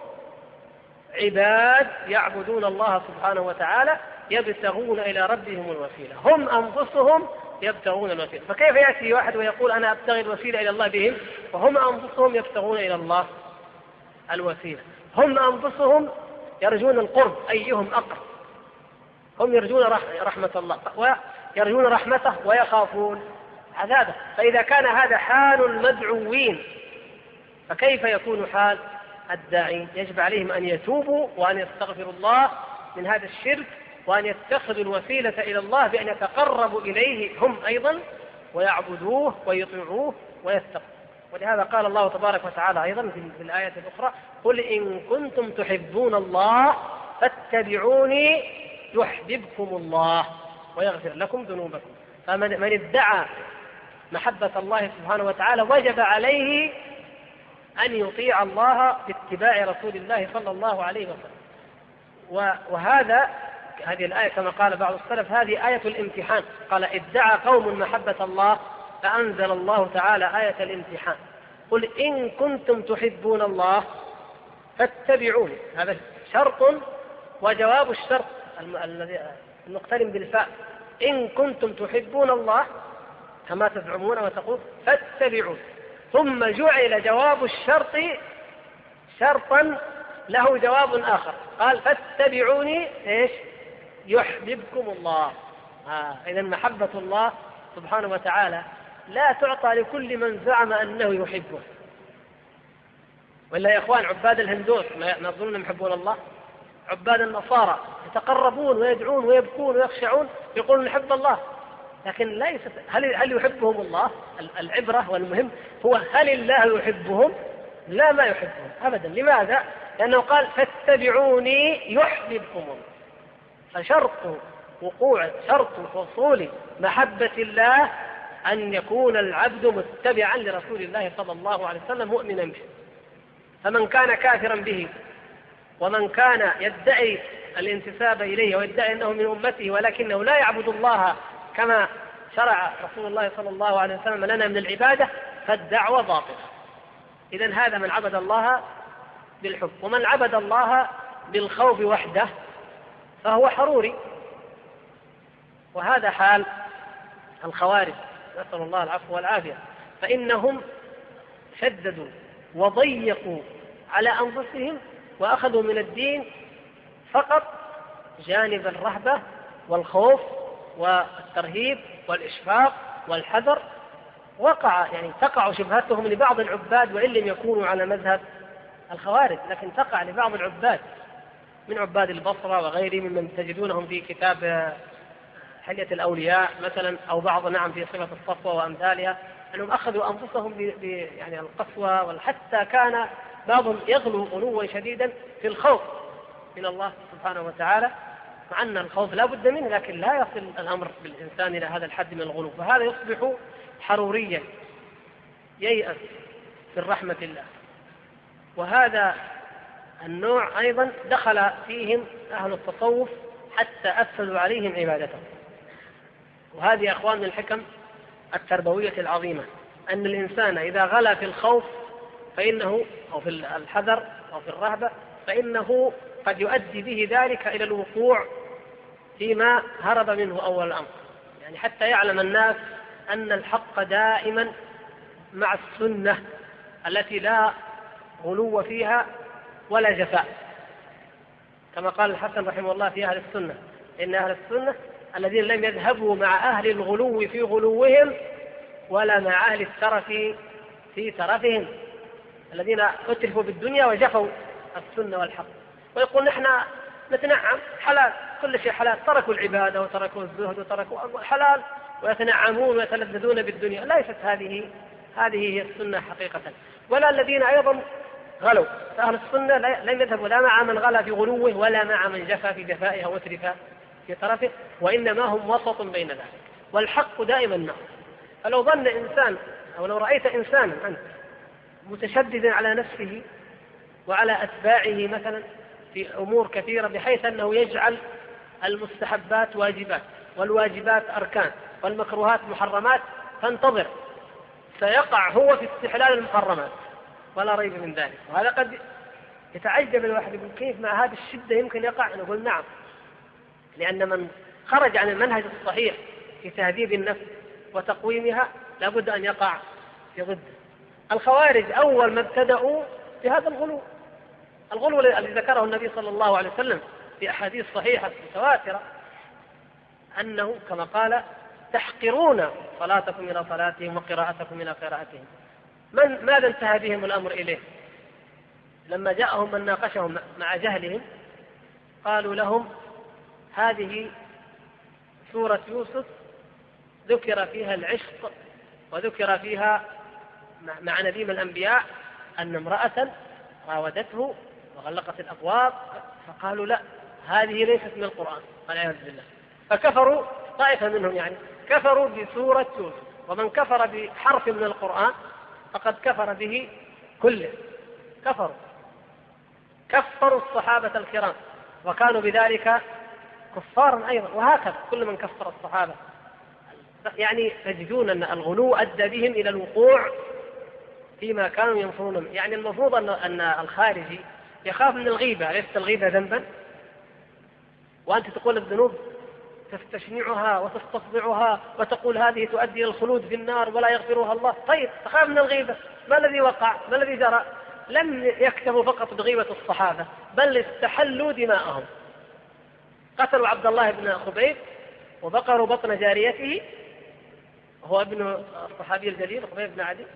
عباد يعبدون الله سبحانه وتعالى يبتغون إلى ربهم الوسيلة، هم أنفسهم يبتغون الوسيلة. فكيف يأتي واحد ويقول أنا أبتغي الوسيلة إلى الله بهم وهم أنفسهم يبتغون إلى الله الوسيلة؟ هم أنفسهم يرجون القرب أيهم أقرب، هم يرجون رحمة الله ويرجون رحمته ويخافون عذابه. فإذا كان هذا حال المدعوين فكيف يكون حال الداعين؟ يجب عليهم أن يتوبوا وأن يستغفروا الله من هذا الشرك وأن يتخذوا الوسيلة إلى الله بأن يتقربوا إليه هم أيضا ويعبدوه ويطيعوه ويتقوا. ولهذا قال الله تبارك وتعالى أيضا في الآية الأخرى: قل إن كنتم تحبون الله فاتبعوني يحببكم الله ويغفر لكم ذنوبكم. فمن ادعى محبة الله سبحانه وتعالى وجب عليه أن يطيع الله باتباع رسول الله صلى الله عليه وسلم. هذه الآية كما قال بعض السلف هذه آية الامتحان. قال: ادعى قوم محبة الله فأنزل الله تعالى آية الامتحان: قل إن كنتم تحبون الله فاتبعوني. هذا شرط وجواب الشرط الذي المقترن بالفاء. إن كنتم تحبون الله كما تزعمون وتقول فاتبعوني، ثم جعل جواب الشرط شرطا له جواب آخر، قال: فاتبعوني إيش؟ يحببكم الله. إذن محبة الله سبحانه وتعالى لا تعطى لكل من زعم أنه يحبه. ولا يا إخوان عباد الهندوس ما يظنون يحبون الله؟ عباد النصارى يتقربون ويدعون ويبكون ويخشعون يقولون نحب الله، لكن ليست هل يحبهم الله؟ العبرة والمهم هو هل الله يحبهم؟ لا، ما يحبهم أبدا. لماذا؟ لأنه قال: فاتبعوني يحببكم الله. فشرط حصول محبة الله أن يكون العبد متبعا لرسول الله صلى الله عليه وسلم مؤمنا به. فمن كان كافرا به ومن كان يدعي الانتساب إليه ويدعي أنه من أمته ولكنه لا يعبد الله كما شرع رسول الله صلى الله عليه وسلم لنا من العبادة فالدعوة باطلة. إذن هذا من عبد الله بالحب. ومن عبد الله بالخوف وحده فهو حروري. وهذا حال الخوارج، نسأل الله العفو والعافية. فإنهم شددوا وضيقوا على أنفسهم وأخذوا من الدين فقط جانب الرهبة والخوف والترهيب والإشفاق والحذر. تقع شبهتهم لبعض العباد وإن لم يكونوا على مذهب الخوارج، لكن تقع لبعض العباد من عباد البصرة وغيرهم ممن تجدونهم في كتاب حلية الأولياء مثلا، أو بعض في صفة الصفوة وأمثالها، أنهم أخذوا أنفسهم القسوة، وحتى كان بعضهم يغلو غلوا شديدا في الخوف من الله سبحانه وتعالى، مع أن الخوف لا بد منه، لكن لا يصل الأمر بالإنسان إلى هذا الحد من الغلو. فهذا يصبح حروريا ييأس من رحمة الله. وهذا النوع أيضا دخل فيهم أهل التصوف حتى أفسدوا عليهم عبادتهم. وهذه أخوان من الحكم التربوية العظيمة، أن الإنسان إذا غلا في الخوف فإنه أو في الحذر أو في الرهبة فإنه قد يؤدي به ذلك إلى الوقوع فيما هرب منه أول الأمر. حتى يعلم الناس أن الحق دائما مع السنة التي لا غلو فيها ولا جفاء، كما قال الحسن رحمه الله في أهل السنة: إن أهل السنة الذين لم يذهبوا مع أهل الغلو في غلوهم ولا مع أهل الترف في ترفهم، الذين اترفوا بالدنيا وجفوا السنة والحق، ويقول نحن نتنعم حلال، كل شيء حلال، تركوا العبادة وتركوا الزهد وتركوا الحلال ويتنعمون ويتلذذون بالدنيا. ليست هذه هي السنة حقيقة. ولا الذين أيضا غلوا، فأهل السنة لم يذهبوا لا مع من غلا في غلوه ولا مع من جفا في جفائه واترف في طرفه، وإنما هم وسط بين ذلك، والحق دائما معه. فلو ظن إنسان أو لو رأيت إنسانا أنت متشددا على نفسه وعلى أتباعه مثلا في أمور كثيرة بحيث أنه يجعل المستحبات واجبات والواجبات أركان والمكروهات محرمات، فانتظر، سيقع هو في استحلال المحرمات ولا ريب من ذلك. وهذا قد يتعجب الواحد يقول كيف مع هذه الشدة يمكن يقع؟ نقول نعم، لأن من خرج عن المنهج الصحيح في تهذيب النفس وتقويمها لابد أن يقع في ضده. الخوارج أول ما ابتدأوا بهذا الغلو الذي ذكره النبي صلى الله عليه وسلم في أحاديث صحيحة متواترة أنه كما قال تحقرون صلاتكم إلى صلاتهم وقراءتكم إلى قراءتهم. ماذا انتهى بهم الأمر إليه؟ لما جاءهم من ناقشهم مع جهلهم قالوا لهم هذه سورة يوسف ذكر فيها العشق وذكر فيها مع نبي من الأنبياء أن امرأة راودته وغلقت الأبواب، فقالوا لا هذه ليست من القرآن والعياذ بالله، فكفروا طائفة منهم، يعني كفروا بسورة يوسف. ومن كفر بحرف من القرآن فقد كفر به كله، كفروا الصحابة الكرام وكانوا بذلك كفارا أيضا، وهكذا كل من كفر الصحابة. يعني تجدون أن الغلو أدى بهم إلى الوقوع فيما كانوا ينفرون. يعني المفروض أن الخارجي يخاف من الغيبة، ليست الغيبة ذنبا، وأنت تقول الذنوب تستشنعها وتستطبعها وتقول هذه تؤدي إلى الخلود في النار ولا يغفرها الله. طيب تخاف من الغيبة، ما الذي وقع؟ ما الذي جرى؟ لم يكتفوا فقط بغيبة الصحابة بل استحلوا دماءهم، قتلوا عبد الله بن خبيب وبقروا بطن جاريته، هو ابن الصحابي الجليل خبيب بن عدي،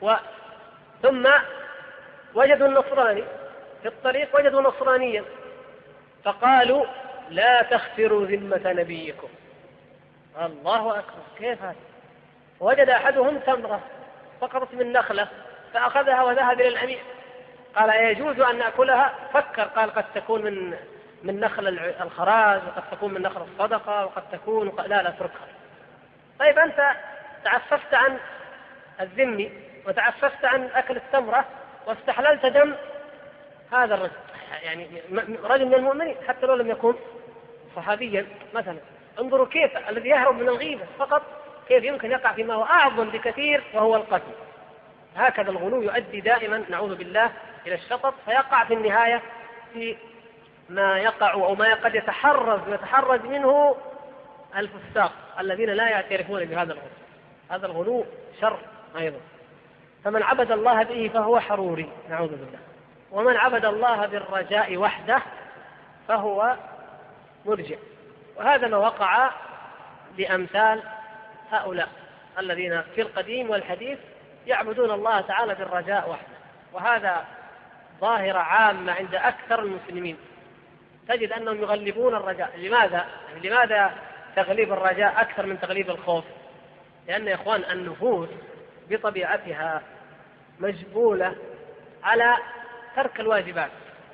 ثم وجدوا النصراني في الطريق، وجدوا نصرانيا فقالوا لا تخفروا ذمة نبيكم. الله أكبر، كيف هذا؟ وجد أحدهم تمرة سقطت من نخلة فأخذها وذهب إلى الأمير، قال يجوز أن نأكلها؟ فكر، قال قد تكون من نخل الخراج وقد تكون من نخل الصدقة وقد تكون لا اتركها. طيب أنت تعففت عن الذم وتعففت عن أكل التمرة واستحللت دم هذا الرجل، يعني رجل من المؤمنين حتى لو لم يكن صحابيا مثلا. انظروا كيف الذي يهرب من الغيبة فقط كيف يمكن يقع فيما هو أعظم بكثير وهو القتل. هكذا الغلو يؤدي دائما نعوذ بالله إلى الشطط، فيقع في النهاية في ما يقع أو ما قد يتحرز منه الفساق الذين لا يعترفون بهذا الغلو. هذا الغلو شر أيضا. فمن عبد الله به فهو حروري نعوذ بالله، ومن عبد الله بالرجاء وحده فهو مرجع. وهذا ما وقع لأمثال هؤلاء الذين في القديم والحديث يعبدون الله تعالى بالرجاء وحده، وهذا ظاهرة عامة عند أكثر المسلمين. تجد أنهم يغلبون الرجاء. لماذا تغليب الرجاء أكثر من تغليب الخوف؟ لأن يا إخوان النفوس بطبيعتها مجبولة على ترك الواجبات،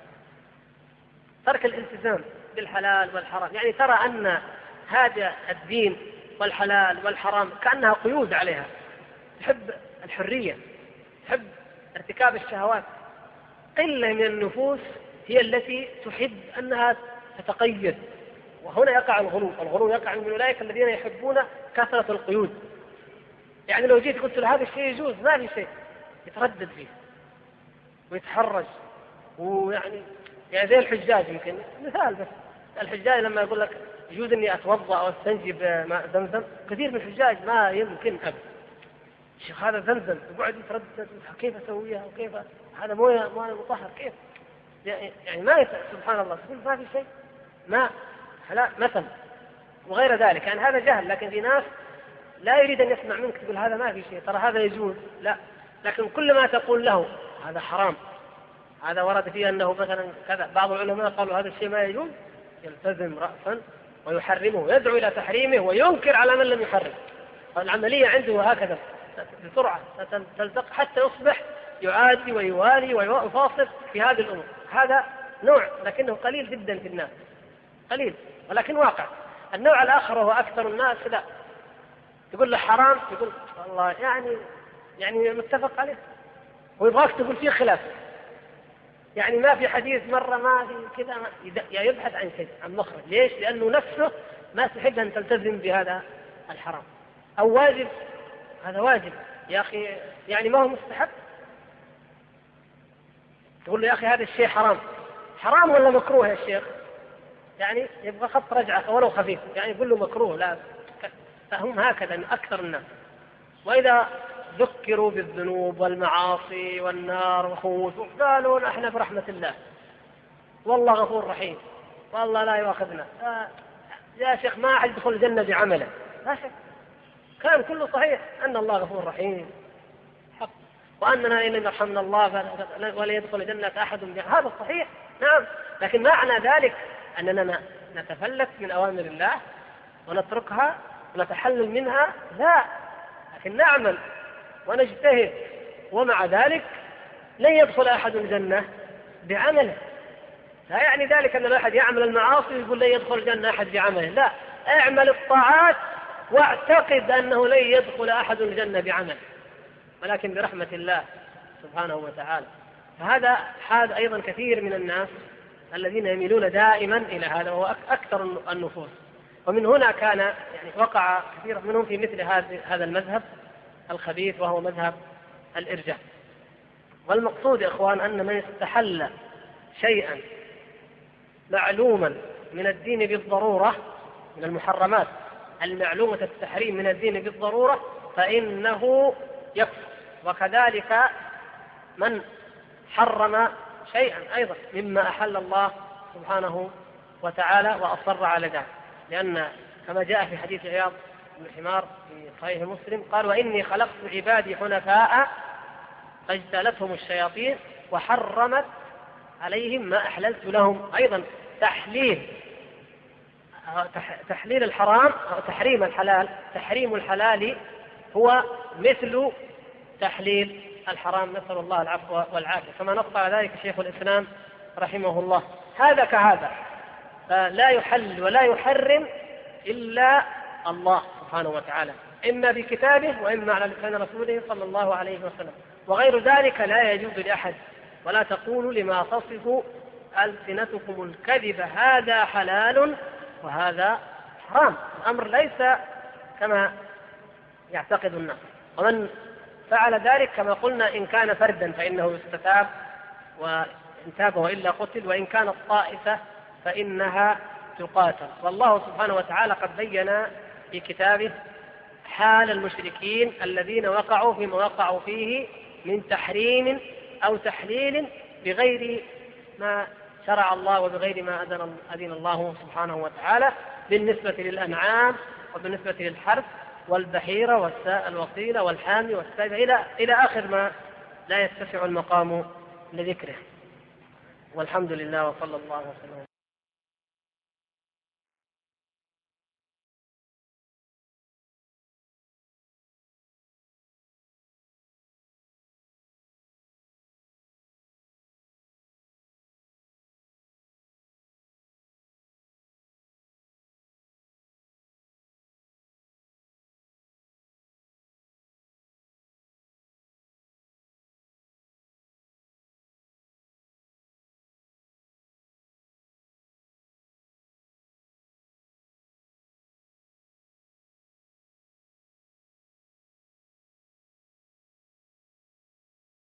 ترك الالتزام بالحلال والحرام. يعني ترى أن هذا الدين والحلال والحرام كأنها قيود عليها، تحب الحرية، تحب ارتكاب الشهوات. قلة من النفوس هي التي تحب أنها تتقيد، وهنا يقع الغلو يقع من أولئك الذين يحبون كثرة القيود. يعني لو جيت قلت له هذا الشيء يجوز، ما في شيء، يتردد فيه ويتحرج. ويعني زي الحجاج، يمكن مثال بس، الحجاج لما يقول لك يجوز اني اتوضا او استنجي بماء زمزم، كثير من الحجاج ما يمكن ابدا. الشيخ هذا زمزم، يقعد يتردد كيف اسويها وكيف هذا مويه مطهر كيف، يعني ما سبحان الله تقول ما في شيء، ما لا مثلا وغير ذلك، يعني هذا جهل. لكن في ناس لا يريد أن يسمع منك تقول هذا ما في شيء، ترى هذا يجوز، لا، لكن كل ما تقول له هذا حرام، هذا ورد فيه أنه مثلا كذا، بعض العلماء قالوا هذا الشيء ما يجوز، يلتزم رأسا ويحرمه ويدعو إلى تحريمه وينكر على من لم يحرم. العملية عنده هكذا بسرعة تلتقي حتى يصبح يعادي ويوالي ويفاصل في هذه الأمور. هذا نوع لكنه قليل جدا في الناس، قليل ولكن واقع. النوع الآخر وهو أكثر الناس لا، تقول له حرام يقول والله يعني متفق عليه، ويبغاك تقول فيه خلاف، يعني ما في حديث مرة ما في كذا، يبحث عن شيء، عن مخرج. ليش؟ لأنه نفسه ما تحب أن تلتزم بهذا الحرام. أو واجب، هذا واجب يا أخي، يعني ما هو مستحب، تقول له يا أخي هذا الشيء حرام، حرام ولا مكروه يا شيخ؟ يعني يبغى خط رجعة ولو خفيف، يعني يقول له مكروه، لا، فهم هكذا أكثر الناس. وإذا ذكروا بالذنوب والمعاصي والنار وخوف قالوا نحن برحمة الله، والله غفور رحيم، والله لا يؤاخذنا. يا شيخ ما أحد يدخل الجنة بعمله، لا شك، كان كله صحيح أن الله غفور رحيم حق، وأننا إن يرحمنا الله ولا يدخل الجنة أحد هذا صحيح، نعم. لكن معنى ذلك أننا نتفلت من أوامر الله ونتركها ونتحلل منها؟ لا، لكن نعمل ونجتهد، ومع ذلك لن يدخل أحد الجنة بعمله. لا يعني ذلك أن الأحد يعمل المعاصي ويقول لن يدخل الجنة أحد بعمله، لا، اعمل الطاعات واعتقد أنه لن يدخل أحد الجنة بعمله، ولكن برحمة الله سبحانه وتعالى. فهذا حال أيضا كثير من الناس الذين يميلون دائما إلى هذا، وهو أكثر النفوس. ومن هنا كان يعني وقع كثير منهم في مثل هذا المذهب الخبيث، وهو مذهب الإرجاء. والمقصود يا إخوان أن من استحل شيئا معلوما من الدين بالضرورة، من المحرمات المعلومة التحريم من الدين بالضرورة، فإنه يكفر. وكذلك من حرم شيئا أيضا مما أحل الله سبحانه وتعالى وأصر على ذلك، لأن كما جاء في حديث عياض بن حمار في صحيح مسلم قال وإني خلقت عبادي حنفاء فاجتالتهم الشياطين وحرمت عليهم ما أحللت لهم. أيضا تحليل الحرام أو تحريم الحلال، تحريم الحلال هو مثل تحليل الحرام، نسأل الله العفو والعافية، كما نص على ذلك شيخ الإسلام رحمه الله. هذا كهذا، لا يحل ولا يحرم إلا الله سبحانه وتعالى، إما بكتابه وإما على لسان رسوله صلى الله عليه وسلم، وغير ذلك لا يجوز لأحد. ولا تقولوا لما تصف ألسنتكم الكذب هذا حلال وهذا حرام، الأمر ليس كما يعتقد الناس. ومن فعل ذلك كما قلنا إن كان فردا فإنه يستتاب، وإن تاب وإلا قتل، وإن كانت طائفة فإنها تقاتل. والله سبحانه وتعالى قد بين في كتابه حال المشركين الذين وقعوا فيما وقعوا فيه من تحريم أو تحليل بغير ما شرع الله وبغير ما أذن الله سبحانه وتعالى، بالنسبة للأنعام وبالنسبة للحرث والبحيرة والوصيلة والحامي والسائبة إلى آخر ما لا يتسع المقام لذكره. والحمد لله وصلى الله وسلم.